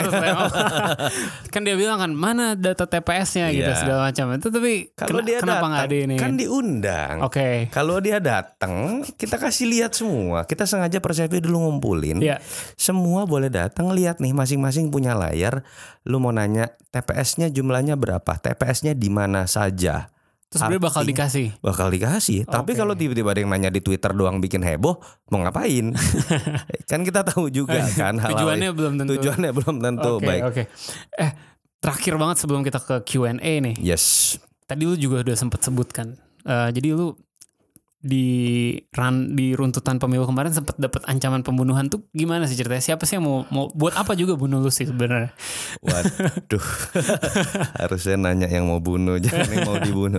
Kan dia bilang kan mana data TPS-nya gitu segala macam. Itu tapi kalau dia kenapa nggak ada ini? Kan diundang. Oke. Kalau dia datang, kita kasih lihat semua. Kita sengaja Persepi dulu ngumpulin. Semua boleh datang lihat nih masing-masing punya layar. Lu mau nanya TPS-nya jumlahnya berapa? TPS-nya di mana saja? Terus sebenarnya bakal dikasih. Tapi kalau tiba-tiba ada yang nanya di Twitter doang bikin heboh, mau ngapain? Kan kita tahu juga kan tujuannya belum tentu. Baik. Terakhir banget sebelum kita ke Q&A nih. Yes. Tadi lu juga udah sempat sebutkan. Jadi lu di runtutan pemilu kemarin sempat dapat ancaman pembunuhan tuh gimana sih ceritanya? Siapa sih yang mau buat apa juga bunuh lu sih sebenarnya? Waduh, harusnya nanya yang mau bunuh, jangan yang mau dibunuh.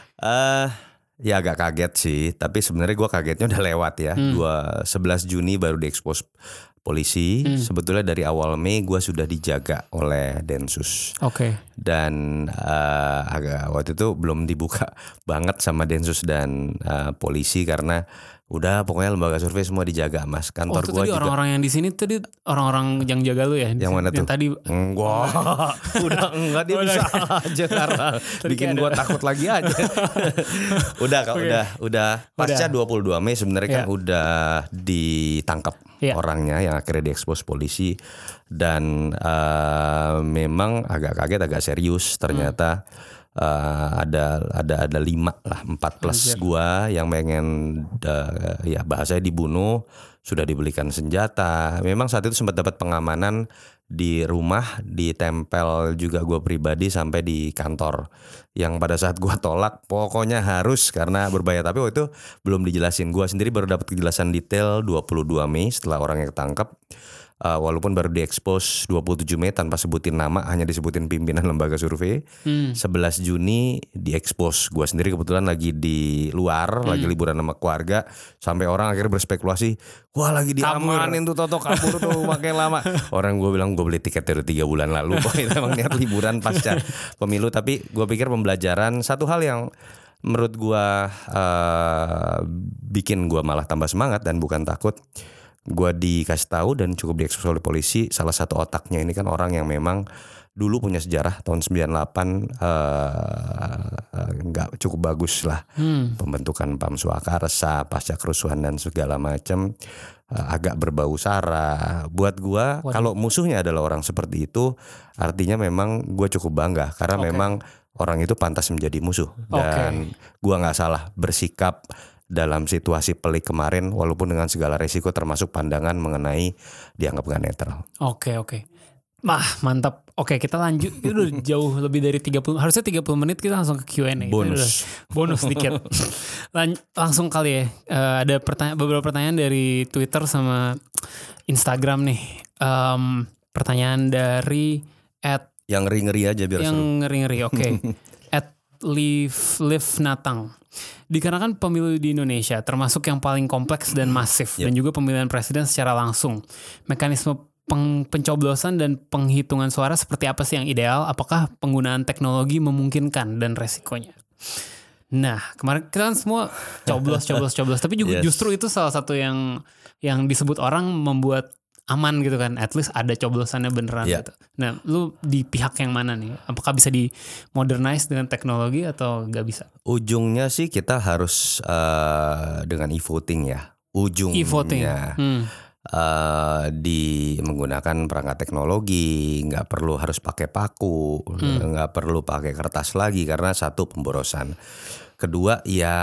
Ya agak kaget sih, tapi sebenarnya gue kagetnya udah lewat ya. 11 Juni baru diekspos polisi. Sebetulnya dari awal Mei gue sudah dijaga oleh Densus. Dan agak waktu itu belum dibuka banget sama Densus dan polisi karena udah pokoknya lembaga survei semua dijaga Mas. Kantor gua juga. Orang-orang yang di sini tadi orang-orang yang jaga lu ya? Yang mana tuh? Yang tadi enggak dia bisa aja karena bikin gua takut lagi aja. udah pasca 22 Mei sebenarnya kan udah ditangkap orangnya yang akhirnya diekspos polisi dan memang agak kaget agak serius ternyata. Ada 5 lah 4 plus gua yang pengen bahasanya dibunuh, sudah dibelikan senjata. Memang saat itu sempat dapat pengamanan di rumah, ditempel juga gua pribadi sampai di kantor. Yang pada saat gua tolak pokoknya harus karena berbahaya, tapi waktu itu belum dijelasin. Gua sendiri baru dapat kejelasan detail 22 Mei setelah orangnya ketangkep. Walaupun baru diekspos 27 Mei tanpa sebutin nama, hanya disebutin pimpinan lembaga survei. 11 Juni diekspos. Gua sendiri kebetulan lagi di luar, lagi liburan sama keluarga, sampai orang akhirnya berspekulasi, wah lagi diamanin tuh Toto kabur tuh makin lama. Orang gue bilang gue beli tiket dari 3 bulan lalu. Itu emang niat liburan pasca pemilu. Tapi gue pikir pembelajaran, satu hal yang menurut gue bikin gue malah tambah semangat dan bukan takut. Gue dikasih tahu dan cukup diekspos oleh polisi, salah satu otaknya ini kan orang yang memang dulu punya sejarah tahun 98 nggak cukup bagus lah. Pembentukan PAM Swakarsa pasca kerusuhan dan segala macam, agak berbau sara. Buat gue kalau musuhnya adalah orang seperti itu, artinya memang gue cukup bangga karena memang orang itu pantas menjadi musuh. Dan gue nggak salah bersikap dalam situasi pelik kemarin walaupun dengan segala resiko termasuk pandangan mengenai dianggap gak netral. Oke. Mantap. Oke, kita lanjut. Itu udah jauh lebih dari 30, harusnya 30 menit kita langsung ke Q&A. Bonus dikit. Langsung kali ya. Ada beberapa pertanyaan dari Twitter sama Instagram nih. Pertanyaan dari yang ngeri-ngeri aja biar yang ngeri-ngeri. Oke. Live Natang. Dikarenakan pemilu di Indonesia termasuk yang paling kompleks dan masif dan juga pemilihan presiden secara langsung, mekanisme pencoblosan dan penghitungan suara seperti apa sih yang ideal? Apakah penggunaan teknologi memungkinkan dan resikonya? Nah, kemarin kita kan semua coblos, tapi juga justru itu salah satu yang disebut orang membuat aman gitu kan, at least ada coblosannya beneran gitu. Nah, lu di pihak yang mana nih? Apakah bisa di modernize dengan teknologi atau gak bisa? Ujungnya sih kita harus dengan e-voting ya. Ujungnya. E-voting. di menggunakan perangkat teknologi, nggak perlu harus pakai paku, nggak perlu pakai kertas lagi karena satu pemborosan. Kedua ya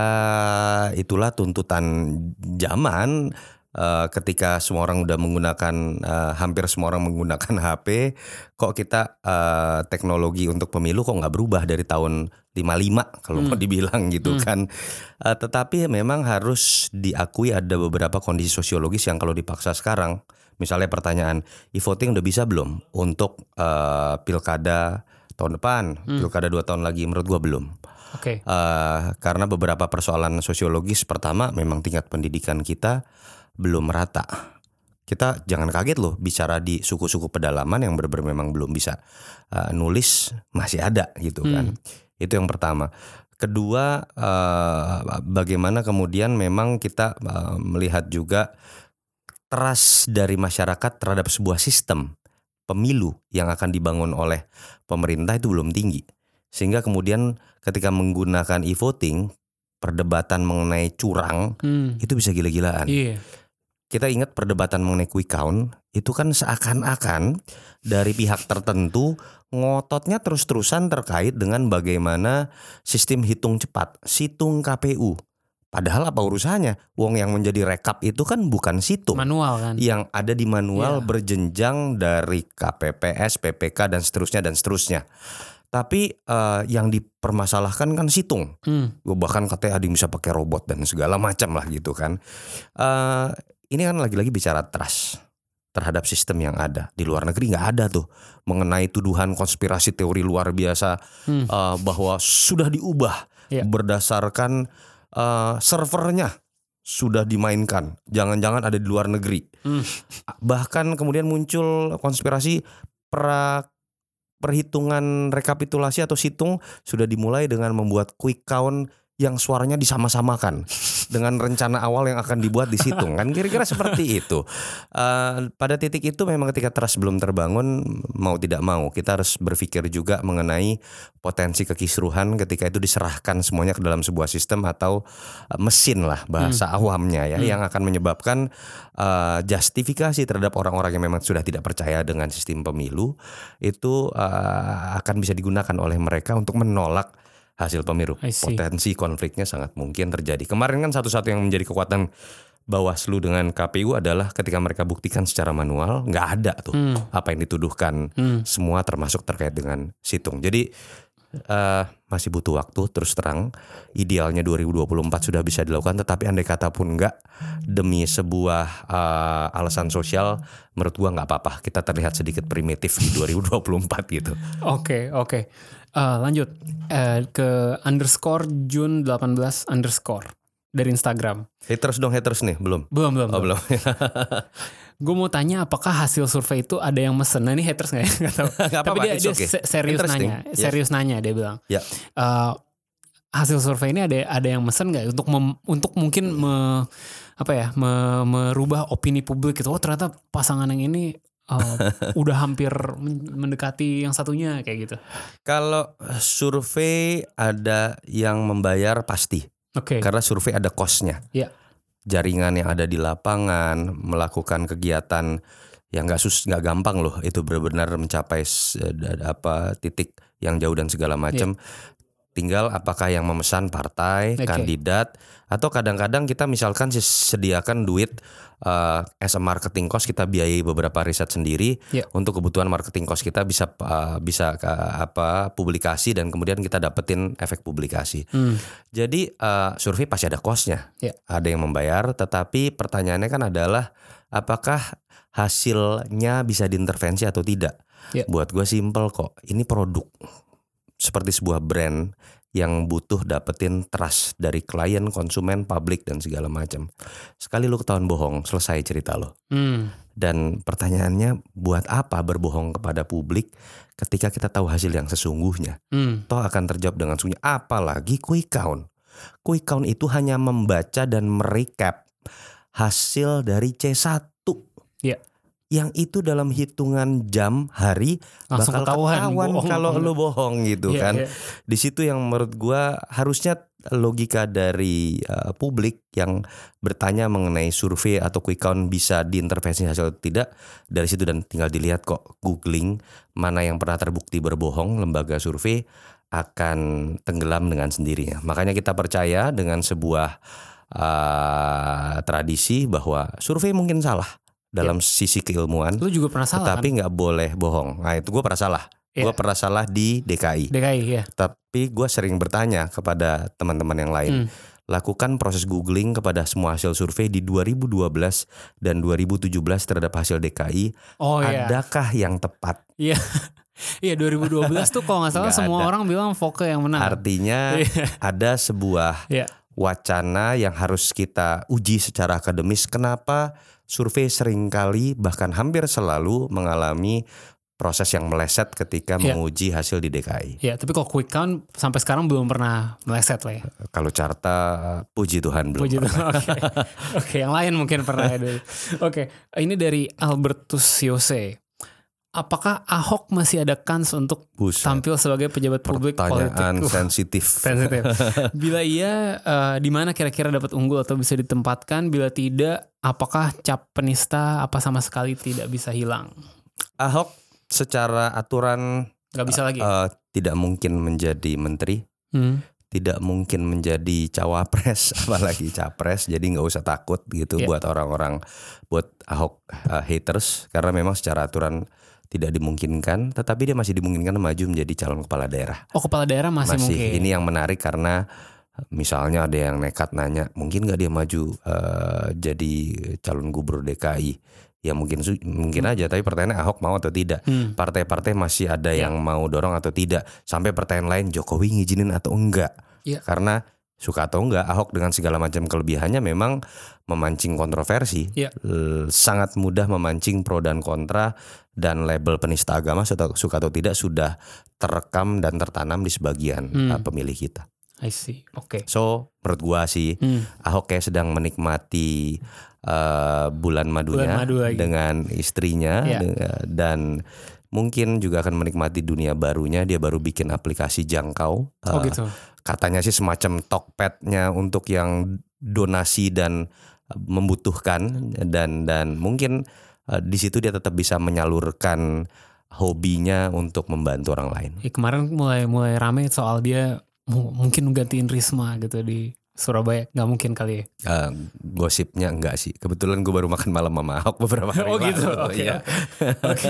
itulah tuntutan zaman. Ketika semua orang udah menggunakan hampir semua orang menggunakan HP, kok kita teknologi untuk pemilu kok nggak berubah dari tahun 55 kalau mau dibilang gitu kan. Tetapi memang harus diakui ada beberapa kondisi sosiologis yang kalau dipaksa sekarang, misalnya pertanyaan e-voting udah bisa belum untuk pilkada tahun depan, pilkada 2 tahun lagi, menurut gua belum. Oke. Karena beberapa persoalan sosiologis. Pertama, memang tingkat pendidikan kita belum merata. Kita jangan kaget loh bicara di suku-suku pedalaman yang benar-benar memang belum bisa nulis, masih ada gitu kan. Itu yang pertama. Kedua, bagaimana kemudian memang kita melihat juga trust dari masyarakat terhadap sebuah sistem pemilu yang akan dibangun oleh pemerintah itu belum tinggi. Sehingga kemudian ketika menggunakan e-voting, perdebatan mengenai curang itu bisa gila-gilaan. Iya. Kita ingat perdebatan mengenai quick count, itu kan seakan-akan dari pihak tertentu ngototnya terus-terusan terkait dengan bagaimana sistem hitung cepat, situng KPU. Padahal apa urusannya? Wong yang menjadi rekap itu kan bukan situng. Manual kan. Yang ada di manual berjenjang dari KPPS, PPK dan seterusnya. Tapi yang dipermasalahkan kan situng. Gue bahkan katanya ada yang bisa pakai robot dan segala macam lah gitu kan. Ini kan lagi-lagi bicara trust terhadap sistem yang ada. Di luar negeri nggak ada tuh mengenai tuduhan konspirasi teori luar biasa bahwa sudah diubah berdasarkan servernya sudah dimainkan. Jangan-jangan ada di luar negeri. Bahkan kemudian muncul konspirasi perhitungan rekapitulasi atau situng sudah dimulai dengan membuat quick count yang suaranya disama-samakan dengan rencana awal yang akan dibuat di situng kan kira-kira seperti itu. Pada titik itu memang ketika trust belum terbangun, mau tidak mau kita harus berpikir juga mengenai potensi kekisruhan ketika itu diserahkan semuanya ke dalam sebuah sistem atau mesin lah bahasa awamnya ya, yang akan menyebabkan justifikasi terhadap orang-orang yang memang sudah tidak percaya dengan sistem pemilu itu akan bisa digunakan oleh mereka untuk menolak hasil pemilu. Potensi konfliknya sangat mungkin terjadi. Kemarin kan satu-satu yang menjadi kekuatan Bawaslu dengan KPU adalah ketika mereka buktikan secara manual nggak ada tuh apa yang dituduhkan, semua termasuk terkait dengan situng. Jadi masih butuh waktu, terus terang. Idealnya 2024 sudah bisa dilakukan, tetapi andai kata pun enggak, demi sebuah alasan sosial, menurut gua nggak apa-apa. Kita terlihat sedikit primitif di 2024 gitu. Oke. Lanjut ke _June 18_ dari Instagram. Haters nih, belum? Belum. Belum. Gue mau tanya apakah hasil survei itu ada yang mesen. Nah ini haters nggak ya? Nggak tahu. Tapi dia serius nanya. Dia bilang. Ya. Hasil survei ini ada yang mesen nggak untuk mungkin merubah opini publik gitu. Oh ternyata pasangan yang ini udah hampir mendekati yang satunya kayak gitu. Kalau survei ada yang membayar pasti. Karena survei ada cost-nya. Jaringan yang ada di lapangan, melakukan kegiatan yang nggak gampang loh. Itu benar-benar mencapai titik yang jauh dan segala macam. Tinggal apakah yang memesan partai, kandidat, atau kadang-kadang kita misalkan sediakan duit as a marketing cost, kita biayai beberapa riset sendiri untuk kebutuhan marketing cost kita bisa publikasi dan kemudian kita dapetin efek publikasi. Jadi survei pasti ada cost-nya. Ada yang membayar, tetapi pertanyaannya kan adalah apakah hasilnya bisa diintervensi atau tidak. Buat gue simple kok. Ini produk seperti sebuah brand yang butuh dapetin trust dari klien, konsumen, publik dan segala macam. Sekali lu ketahuan bohong, selesai cerita lo. Dan pertanyaannya, buat apa berbohong kepada publik ketika kita tahu hasil yang sesungguhnya? Toh akan terjawab dengan sungguhnya. Apalagi quick count. Quick count itu hanya membaca dan merecap hasil dari C1. Yang itu dalam hitungan jam, hari langsung bakal ketahuan bohong, kalau lu bohong gitu kan. Di situ yang menurut gua harusnya logika dari publik yang bertanya mengenai survei atau quick count bisa diintervensi hasil atau tidak, dari situ dan tinggal dilihat kok, googling mana yang pernah terbukti berbohong lembaga survei akan tenggelam dengan sendirinya. Makanya kita percaya dengan sebuah tradisi bahwa survei mungkin salah dalam sisi keilmuan. Lu juga pernah salah tetapi nggak boleh bohong. Nah itu gue pernah salah. Iya. Gue pernah salah di DKI. ya. Tapi gue sering bertanya kepada teman-teman yang lain. Lakukan proses googling kepada semua hasil survei di 2012 dan 2017 terhadap hasil DKI. Adakah yang tepat? Iya. Iya 2012 tuh kalau nggak salah semua orang bilang Foke yang menang. Artinya ada sebuah wacana yang harus kita uji secara akademis. Kenapa survei seringkali bahkan hampir selalu mengalami proses yang meleset ketika menguji hasil di DKI. Ya, tapi kalau quick count sampai sekarang belum pernah meleset lah ya. Kalau Carta, puji Tuhan belum pernah. Oke, yang lain mungkin pernah ya. Oke, ini dari Albertus Yose. Apakah Ahok masih ada kans untuk tampil sebagai pejabat publik politik? Pertanyaan sensitif. Bila iya, di mana kira-kira dapat unggul atau bisa ditempatkan? Bila tidak, apakah cap penista apa sama sekali tidak bisa hilang? Ahok secara aturan nggak bisa lagi. Tidak mungkin menjadi menteri, tidak mungkin menjadi cawapres, apalagi capres. Jadi nggak usah takut gitu buat orang-orang, buat Ahok haters, karena memang secara aturan tidak dimungkinkan. Tetapi dia masih dimungkinkan maju menjadi calon kepala daerah. Oh, kepala daerah masih mungkin. Ini yang menarik karena misalnya ada yang nekat nanya, mungkin nggak dia maju jadi calon gubernur DKI. Ya mungkin aja, tapi pertanyaannya Ahok mau atau tidak. Partai-partai masih ada yang mau dorong atau tidak. Sampai pertanyaan lain, Jokowi ngizinin atau enggak. Karena suka atau enggak, Ahok dengan segala macam kelebihannya memang memancing kontroversi. Sangat mudah memancing pro dan kontra. Dan label penista agama suka atau tidak sudah terekam dan tertanam di sebagian pemilih kita. I see. Oke. So menurut gua sih Ahok kayak sedang menikmati bulan madunya dengan istrinya dan mungkin juga akan menikmati dunia barunya. Dia baru bikin aplikasi jangkau. Gitu. Katanya sih semacam Tokped-nya untuk yang donasi dan membutuhkan dan mungkin di situ dia tetap bisa menyalurkan hobinya untuk membantu orang lain. Kemarin mulai rame soal dia mungkin gantiin Risma gitu di Surabaya. Nggak mungkin kali ya? Gosipnya enggak sih. Kebetulan gue baru makan malam sama Ahok beberapa hari lalu. Gitu. Oke.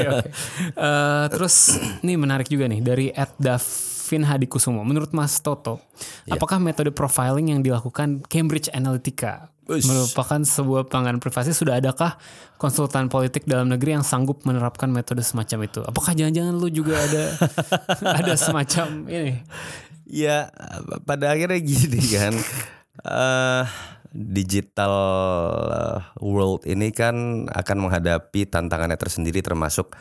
Terus ini menarik juga nih dari @Davin Hadikusumo. Menurut Mas Toto, apakah metode profiling yang dilakukan Cambridge Analytica merupakan sebuah pelanggaran privasi? Sudah adakah konsultan politik dalam negeri yang sanggup menerapkan metode semacam itu? Apakah jangan-jangan lu juga ada semacam ini? Ya pada akhirnya gini kan, digital world ini kan akan menghadapi tantangannya tersendiri, termasuk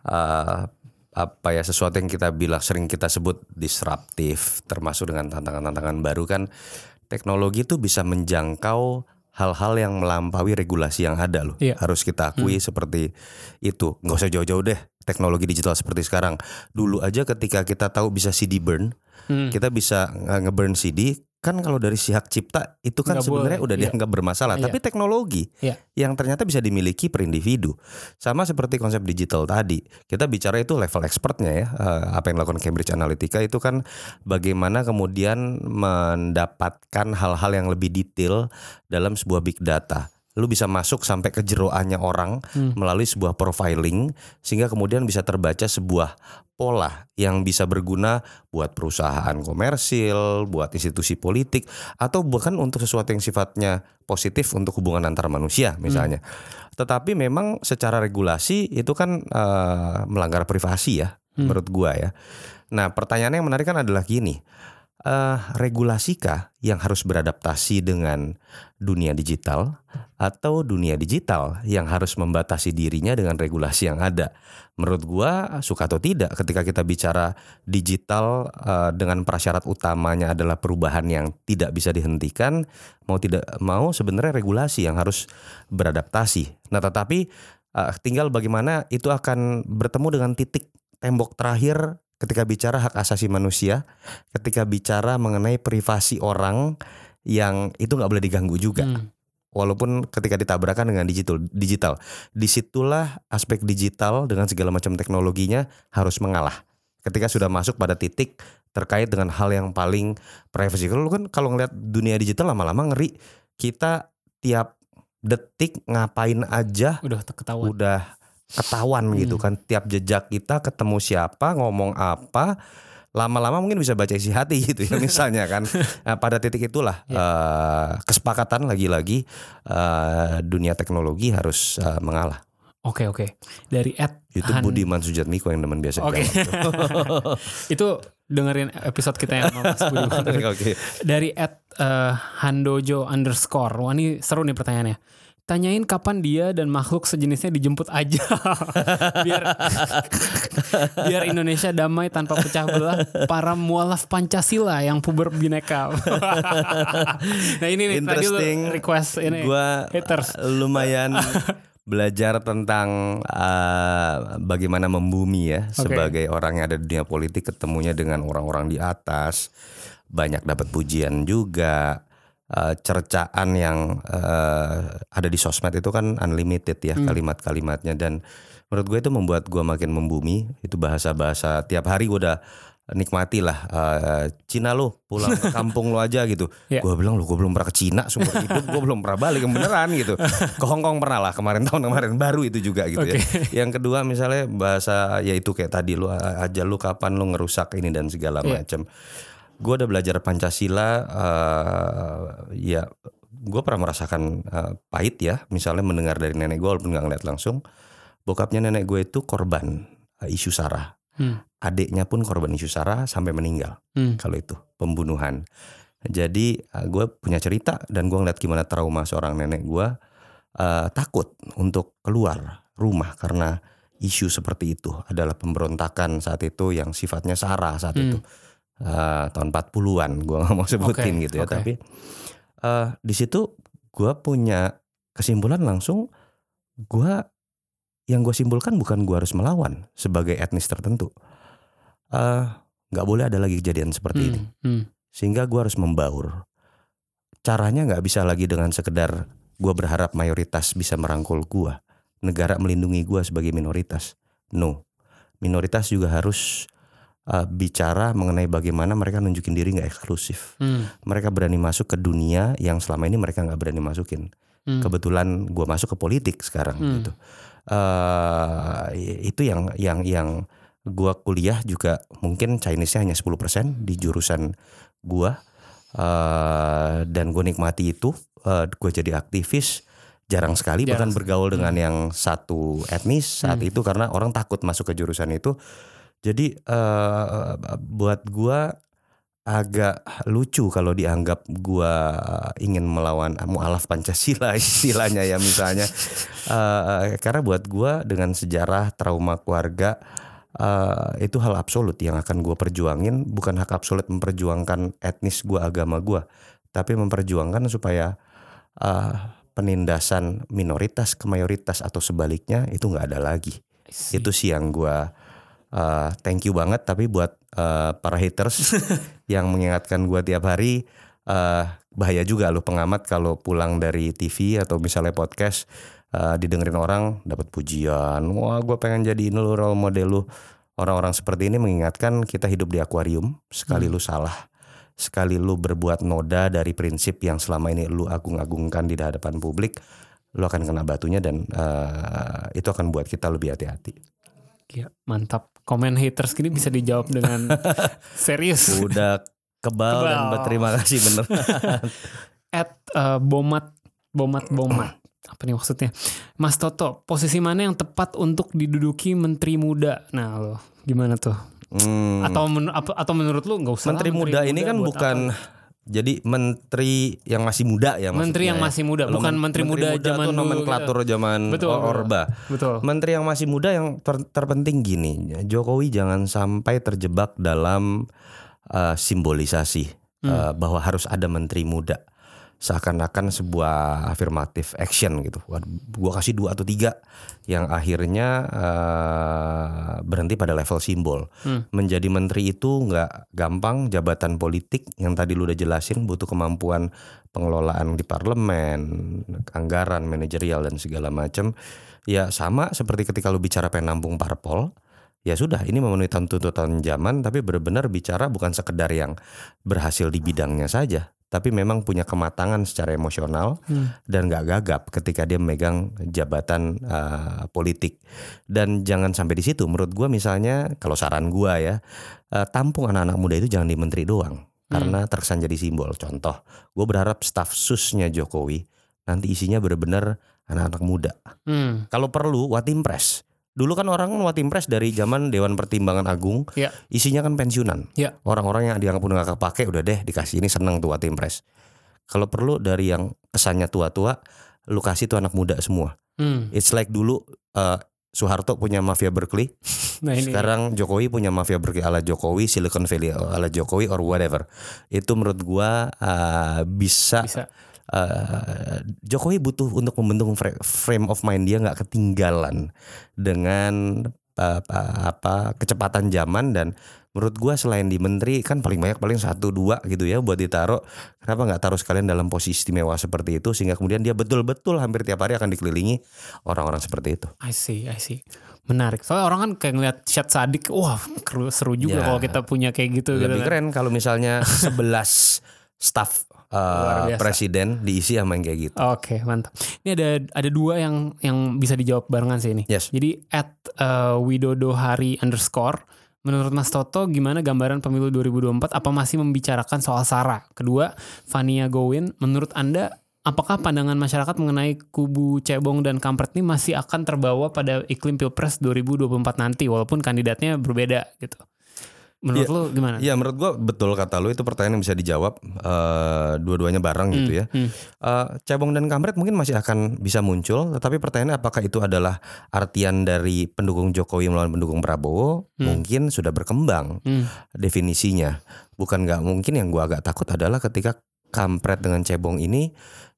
sesuatu yang kita bilang sering kita sebut disruptif, termasuk dengan tantangan-tantangan baru kan. Teknologi itu bisa menjangkau hal-hal yang melampaui regulasi yang ada loh. Harus kita akui seperti itu. Nggak usah jauh-jauh deh teknologi digital seperti sekarang. Dulu aja ketika kita tahu bisa CD burn, kita bisa nge-burn CD. Kan kalau dari pihak cipta itu kan sebenarnya udah dianggap bermasalah. Tapi teknologi yang ternyata bisa dimiliki per individu. Sama seperti konsep digital tadi. Kita bicara itu level expertnya ya. Apa yang dilakukan Cambridge Analytica itu kan bagaimana kemudian mendapatkan hal-hal yang lebih detail dalam sebuah big data. Lu bisa masuk sampai ke jeroannya orang melalui sebuah profiling, sehingga kemudian bisa terbaca sebuah pola yang bisa berguna buat perusahaan komersil, buat institusi politik, atau bahkan untuk sesuatu yang sifatnya positif untuk hubungan antar manusia misalnya. Tetapi memang secara regulasi itu kan melanggar privasi ya, menurut gua ya. Nah pertanyaannya yang menarik kan adalah gini, regulasikah yang harus beradaptasi dengan dunia digital, atau dunia digital yang harus membatasi dirinya dengan regulasi yang ada? Menurut gua suka atau tidak, ketika kita bicara digital dengan prasyarat utamanya adalah perubahan yang tidak bisa dihentikan, mau tidak mau sebenarnya regulasi yang harus beradaptasi. Nah tetapi tinggal bagaimana itu akan bertemu dengan titik tembok terakhir ketika bicara hak asasi manusia, ketika bicara mengenai privasi orang yang itu nggak boleh diganggu juga. Walaupun ketika ditabrakan dengan digital, disitulah aspek digital dengan segala macam teknologinya harus mengalah. Ketika sudah masuk pada titik terkait dengan hal yang paling privacy. Kalau ngelihat dunia digital lama-lama ngeri. Kita tiap detik ngapain aja udah ketahuan gitu kan. Tiap jejak kita ketemu siapa, ngomong apa, lama-lama mungkin bisa baca isi hati gitu ya misalnya kan. Nah, pada titik itulah kesepakatan lagi-lagi dunia teknologi harus mengalah. Oke. Dari itu Budiman Sujatmiko yang teman biasa. Itu dengerin episode kita yang Mas Budiman. Okay. Dari @handojo_. Wah, ini seru nih pertanyaannya. Tanyain kapan dia dan makhluk sejenisnya dijemput aja. biar Indonesia damai tanpa pecah belah para mualaf Pancasila yang puber bineka. Nah ini nih tadi lu request ini. Gua haters. Lumayan belajar tentang bagaimana membumi ya. Sebagai orang yang ada di dunia politik, ketemunya dengan orang-orang di atas, banyak dapat pujian juga. Cercaan yang ada di sosmed itu kan unlimited ya kalimat-kalimatnya, dan menurut gue itu membuat gue makin membumi. Itu bahasa-bahasa tiap hari gue udah nikmati lah. Cina lo pulang ke kampung lo aja gitu. Gue bilang gue belum pernah ke Cina seumur hidup, gue belum pernah balik beneran gitu. Ke Hong Kong pernah lah tahun kemarin baru itu juga gitu ya. Yang kedua misalnya bahasa yaitu kayak tadi lo aja lo kapan lo ngerusak ini dan segala macam. Gue udah belajar Pancasila, ya gue pernah merasakan pahit ya. Misalnya mendengar dari nenek gue walaupun gak ngeliat langsung. Bokapnya nenek gue itu korban isu sara. Adiknya pun korban isu sara sampai meninggal. Kalau itu pembunuhan. Jadi gue punya cerita dan gue ngeliat gimana trauma seorang nenek gue. Takut untuk keluar rumah karena isu seperti itu. Adalah pemberontakan saat itu yang sifatnya sara saat itu. Tahun 40-an gue gak mau sebutin gitu ya. Tapi di situ gue punya kesimpulan langsung. Yang gue simpulkan bukan gue harus melawan sebagai etnis tertentu. Gak boleh ada lagi kejadian seperti ini. Sehingga gue harus membaur. Caranya gak bisa lagi dengan sekedar gue berharap mayoritas bisa merangkul gue, negara melindungi gue sebagai minoritas. No, minoritas juga harus bicara mengenai bagaimana mereka nunjukin diri gak eksklusif. Mereka berani masuk ke dunia yang selama ini mereka gak berani masukin. Kebetulan gue masuk ke politik sekarang gitu. Itu yang gue kuliah juga mungkin Chinese-nya hanya 10% di jurusan gue. Dan gue nikmati itu. Gue jadi aktivis. Jarang sekali bahkan bergaul dengan yang satu etnis saat itu karena orang takut masuk ke jurusan itu. Jadi buat gue agak lucu kalau dianggap gue ingin melawan mualaf Pancasila istilahnya ya misalnya. Karena buat gue dengan sejarah trauma keluarga itu hal absolut yang akan gue perjuangin. Bukan hak absolut memperjuangkan etnis gue, agama gue, tapi memperjuangkan supaya penindasan minoritas ke mayoritas atau sebaliknya itu gak ada lagi. Itu sih yang gue thank you banget. Tapi buat para haters yang mengingatkan gue tiap hari, bahaya juga lo pengamat kalau pulang dari TV atau misalnya podcast didengerin orang dapat pujian. Wah gue pengen jadi ini lo, role model lo. Orang-orang seperti ini mengingatkan kita hidup di akuarium. Sekali lu salah, sekali lu berbuat noda dari prinsip yang selama ini lu agung-agungkan di hadapan publik, lu akan kena batunya dan itu akan buat kita lebih hati-hati. Ya, mantap. Komen haters gini bisa dijawab dengan serius. Udah kebal dan berterima kasih bener. @bomat. Apa nih maksudnya? Mas Toto, posisi mana yang tepat untuk diduduki menteri muda? Nah lo gimana tuh? Atau menurut lu nggak usah? Menteri muda ini kan bukan apa? Jadi menteri yang masih muda ya. Menteri yang masih muda, bukan menteri muda zaman nomenklatur zaman Orba. Betul. Menteri yang masih muda yang terpenting gini, Jokowi jangan sampai terjebak dalam simbolisasi bahwa harus ada menteri muda. seakan-akan sebuah affirmative action gitu. Gue kasih 2 atau 3 yang akhirnya berhenti pada level simbol. Menjadi menteri itu nggak gampang, jabatan politik yang tadi lu udah jelasin butuh kemampuan pengelolaan di parlemen, anggaran, manajerial dan segala macam. Ya sama seperti ketika lu bicara pengen nampung parpol. Ya sudah, ini memenuhi tuntutan zaman, tapi benar-benar bicara bukan sekedar yang berhasil di bidangnya saja, tapi memang punya kematangan secara emosional dan gak gagap ketika dia memegang jabatan politik. Dan jangan sampai di situ. Menurut gue misalnya, kalau saran gue ya, tampung anak-anak muda itu jangan di menteri doang, karena terkesan jadi simbol. Contoh, gue berharap staf susnya Jokowi nanti isinya benar-benar anak-anak muda. Kalau perlu Watimpres. Dulu kan orang Watimpres dari zaman Dewan Pertimbangan Agung, isinya kan pensiunan. Orang-orang yang dianggap udah gak kepake, udah deh dikasih ini, seneng tuh Watimpres. Kalau perlu dari yang kesannya tua-tua, lu kasih tuh anak muda semua. It's like dulu Soeharto punya mafia Berkeley. Nah, sekarang Jokowi punya mafia Berkeley ala Jokowi, Silicon Valley ala Jokowi or whatever. Itu menurut gua bisa. Jokowi butuh untuk membentuk frame of mind dia nggak ketinggalan dengan kecepatan zaman. Dan menurut gua selain di menteri kan paling banyak paling 1-2 gitu ya buat ditaruh. Kenapa nggak taruh sekalian dalam posisi istimewa seperti itu sehingga kemudian dia betul-betul hampir tiap hari akan dikelilingi orang-orang seperti itu. I see. Menarik. Soalnya orang kan kayak ngeliat Syed Sadiq, wah seru juga kalau kita punya kayak gitu. Lebih gitu kan. keren kalau misalnya 11 staf presiden diisi sama yang kayak gitu. Oke, mantap. Ini ada 2 yang bisa dijawab barengan sih ini. Yes. Jadi @widodohari_, menurut Mas Toto gimana gambaran pemilu 2024? Apa masih membicarakan soal SARA? Kedua, Fania Gowin, menurut Anda apakah pandangan masyarakat mengenai kubu Cebong dan Kampret ini masih akan terbawa pada iklim Pilpres 2024 nanti walaupun kandidatnya berbeda gitu? Menurut lu gimana? Ya menurut gua betul kata lu, itu pertanyaan yang bisa dijawab dua-duanya bareng gitu ya. Cebong dan Kampret mungkin masih akan bisa muncul, tetapi pertanyaannya apakah itu adalah artian dari pendukung Jokowi melawan pendukung Prabowo? Mungkin sudah berkembang definisinya. Bukan nggak mungkin, yang gua agak takut adalah ketika Kampret dengan Cebong ini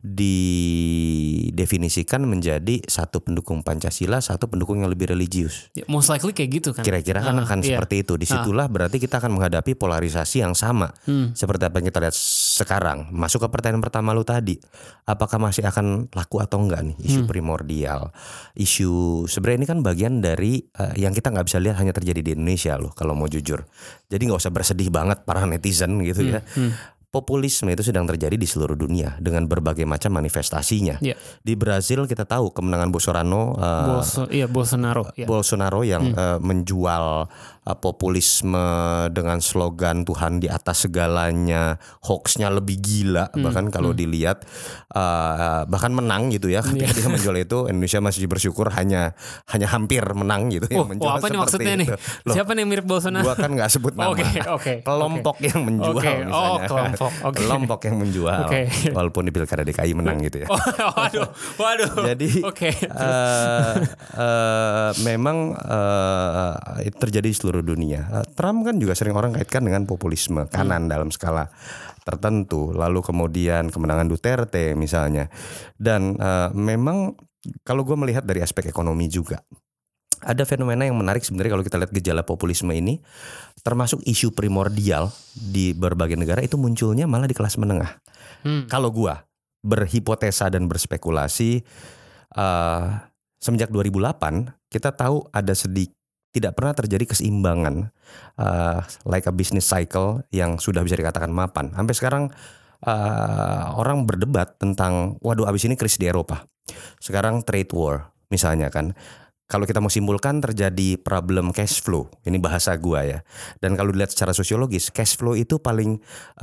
didefinisikan menjadi satu pendukung Pancasila, satu pendukung yang lebih religius. Most likely kayak gitu kan. Kira-kira kan akan seperti itu. Disitulah berarti kita akan menghadapi polarisasi yang sama seperti apa yang kita lihat sekarang. Masuk ke pertanyaan pertama lu tadi, apakah masih akan laku atau enggak nih isu primordial, isu sebenarnya ini kan bagian dari yang kita nggak bisa lihat hanya terjadi di Indonesia loh kalau mau jujur. Jadi nggak usah bersedih banget para netizen gitu ya. Populisme itu sedang terjadi di seluruh dunia dengan berbagai macam manifestasinya. Di Brazil kita tahu kemenangan Bolsonaro yang menjual populisme dengan slogan Tuhan di atas segalanya, hoaxnya lebih gila bahkan kalau dilihat bahkan menang gitu ya ketika dia menjual itu. Indonesia masih bersyukur hanya hampir menang gitu. Menjual apa nih maksudnya nih? Loh, siapa nih yang mirip Bolsonaro? Gua kan nggak sebut nama. Kelompok yang menjual misalnya. Kelompok yang menjual walaupun di Pilkada DKI menang gitu ya. Waduh. Jadi memang terjadi di seluruh dunia. Trump kan juga sering orang kaitkan dengan populisme kanan dalam skala tertentu. Lalu kemudian kemenangan Duterte misalnya. Dan memang kalau gue melihat dari aspek ekonomi juga, ada fenomena yang menarik sebenarnya kalau kita lihat gejala populisme ini, termasuk isu primordial di berbagai negara itu munculnya malah di kelas menengah. Kalau gua berhipotesa dan berspekulasi, semenjak 2008 kita tahu ada tidak pernah terjadi keseimbangan like a business cycle yang sudah bisa dikatakan mapan. Sampai sekarang orang berdebat tentang waduh abis ini krisis di Eropa. Sekarang trade war misalnya kan. Kalau kita mau simpulkan terjadi problem cash flow, ini bahasa gua ya. Dan kalau dilihat secara sosiologis, cash flow itu paling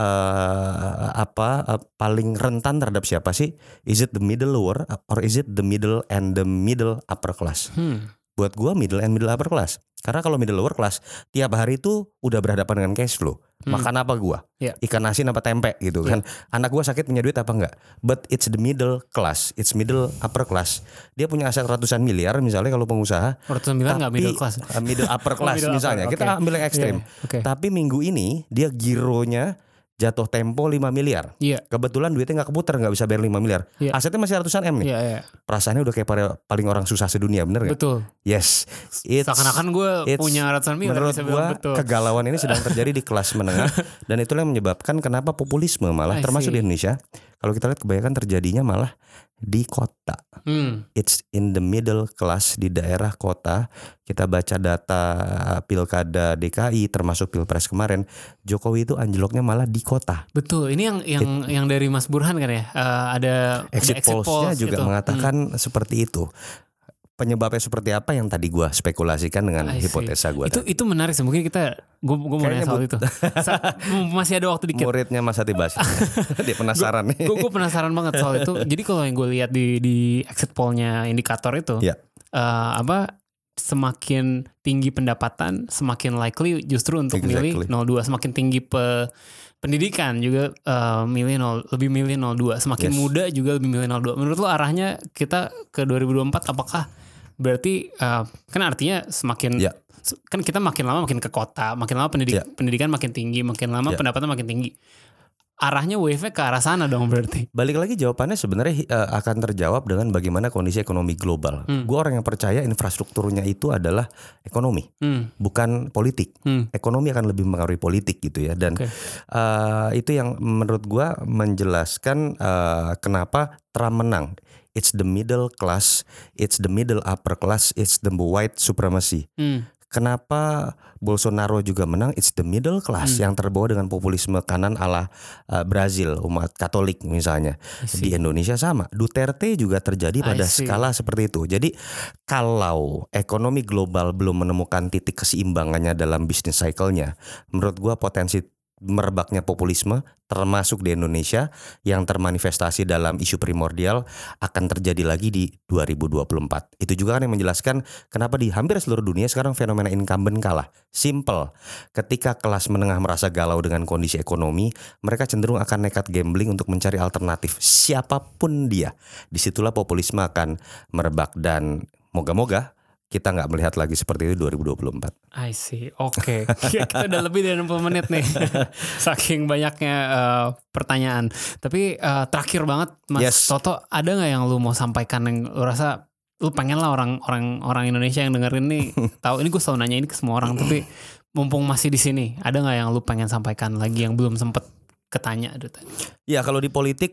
paling rentan terhadap siapa sih? Is it the middle lower or is it the middle and the middle upper class? Buat gua middle and middle upper class. Karena kalau middle lower class tiap hari itu udah berhadapan dengan cash flow. Makan apa gua? Ikan asin apa tempe gitu kan. Anak gua sakit punya duit apa enggak? But it's the middle class, it's middle upper class. Dia punya aset ratusan miliar misalnya kalau pengusaha. Ratusan miliar enggak middle class. Middle upper class misalnya. Kita ambil yang ekstrim. Tapi minggu ini dia gironya jatuh tempo 5 miliar. Iya. Kebetulan duitnya gak keputar, gak bisa bayar 5 miliar. Iya. Asetnya masih ratusan M nih. Iya. Perasaannya udah kayak paling orang susah sedunia, bener gak? Betul. Yes. Seakan-akan gue punya ratusan miliar. Menurut gue kegalauan ini sedang terjadi di kelas menengah. Dan itulah yang menyebabkan kenapa populisme malah termasuk di Indonesia. Kalau kita lihat kebanyakan terjadinya malah di kota. It's in the middle class, di daerah kota. Kita baca data pilkada DKI termasuk pilpres kemarin, Jokowi itu anjloknya malah di kota. Betul. Ini yang dari Mas Burhan kan ya. Ada exit polls-nya juga gitu. Mengatakan seperti itu. Penyebabnya seperti apa yang tadi gue spekulasikan dengan hipotesa gue. Itu menarik sih. Mungkin gue mau nanya soal itu. Masih ada waktu dikit. Muridnya Mas Atibas. Dia penasaran nih. Gue penasaran banget soal itu. Jadi kalau yang gue lihat di exit poll-nya indikator itu, semakin tinggi pendapatan, semakin likely justru untuk milih 02. Semakin tinggi pendidikan juga lebih milih 02. Semakin muda juga lebih milih 02. Menurut lo arahnya kita ke 2024 apakah berarti kan artinya semakin kan kita makin lama makin ke kota, makin lama pendidikan makin tinggi, makin lama pendapatan makin tinggi. Arahnya wave-nya ke arah sana dong berarti. Balik lagi jawabannya sebenarnya akan terjawab dengan bagaimana kondisi ekonomi global. Gue orang yang percaya infrastrukturnya itu adalah ekonomi, bukan politik. Ekonomi akan lebih mempengaruhi politik gitu ya. Dan itu yang menurut gue menjelaskan kenapa Trump menang. It's the middle class, it's the middle upper class, it's the white supremacy. Kenapa Bolsonaro juga menang? It's the middle class yang terbawa dengan populisme kanan ala Brazil, umat Katolik misalnya. Di Indonesia sama. Duterte juga terjadi pada skala seperti itu. Jadi kalau ekonomi global belum menemukan titik keseimbangannya dalam bisnis cycle-nya, menurut gua potensi merebaknya populisme termasuk di Indonesia yang termanifestasi dalam isu primordial akan terjadi lagi di 2024. Itu juga kan yang menjelaskan kenapa di hampir seluruh dunia sekarang fenomena incumbent kalah. Simple. Ketika kelas menengah merasa galau dengan kondisi ekonomi, mereka cenderung akan nekat gambling untuk mencari alternatif siapapun dia. Disitulah populisme akan merebak dan moga-moga kita nggak melihat lagi seperti itu 2024. I see. Oke. Kita udah lebih dari 60 menit nih. Saking banyaknya pertanyaan. Tapi terakhir banget Mas Toto, ada nggak yang lu mau sampaikan yang lu rasa lu pengen lah orang Indonesia yang dengerin nih tahu? Ini gue selalu nanya ini ke semua orang, tapi mumpung masih di sini, ada nggak yang lu pengen sampaikan lagi yang belum sempet ketanya? Ya kalau di politik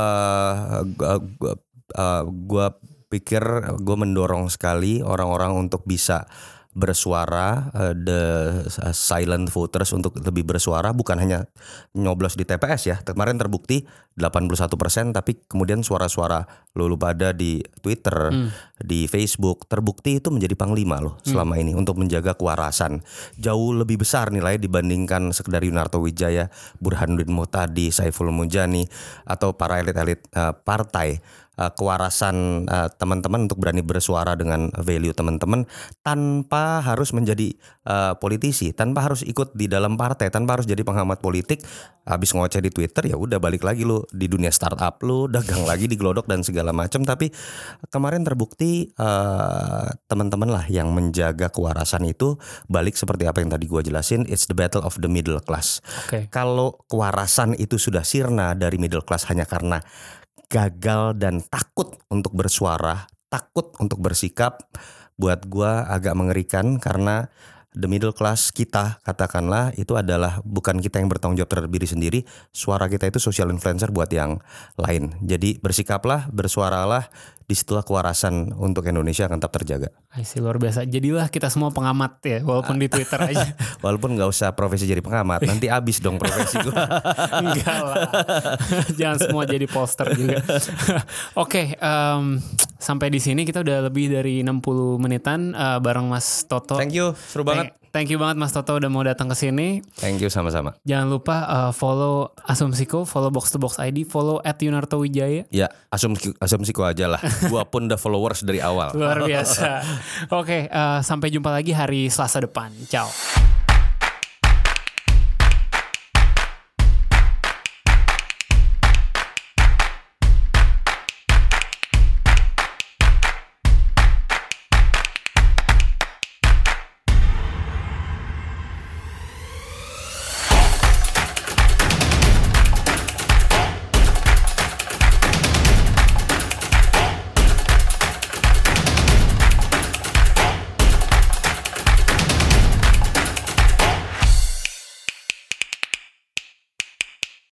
gue pikir gue mendorong sekali orang-orang untuk bisa bersuara, the silent voters untuk lebih bersuara, bukan hanya nyoblos di TPS ya. Kemarin terbukti 81%, tapi kemudian suara-suara lu pada di Twitter, di Facebook, terbukti itu menjadi panglima loh selama ini untuk menjaga kewarasan. Jauh lebih besar nilai dibandingkan sekedar Yunarto Wijaya, Burhanuddin Muhtadi, Saiful Mujani, atau para elit-elit partai. Kewarasan teman-teman untuk berani bersuara dengan value teman-teman tanpa harus menjadi politisi, tanpa harus ikut di dalam partai, tanpa harus jadi pengamat politik. Habis ngoceh di Twitter ya udah balik lagi lu di dunia startup lu, dagang lagi di Glodok dan segala macam. Tapi kemarin terbukti teman-teman lah yang menjaga kewarasan itu, balik seperti apa yang tadi gua jelasin, it's the battle of the middle class. Kalau kewarasan itu sudah sirna dari middle class hanya karena gagal dan takut untuk bersuara, takut untuk bersikap, buat gua agak mengerikan karena the middle class kita katakanlah itu adalah bukan kita yang bertanggung jawab terhadap diri sendiri, suara kita itu social influencer buat yang lain. Jadi bersikaplah, bersuaralah, disitulah kewarasan untuk Indonesia akan tetap terjaga. Luar biasa. Jadilah kita semua pengamat ya, walaupun di Twitter aja. Walaupun nggak usah profesi jadi pengamat, nanti abis dong profesi gue. Enggak lah. Jangan semua jadi poster juga. Oke, sampai di sini kita udah lebih dari 60 menitan bareng Mas Toto. Thank you, seru banget. Thank you banget Mas Toto udah mau datang ke sini. Thank you sama-sama. Jangan lupa follow Asumsiko, follow Box to Box ID, follow @Yunartowijaya. Ya, Asumsiko aja lah. Gua pun udah followers dari awal. Luar biasa. Oke, sampai jumpa lagi hari Selasa depan. Ciao.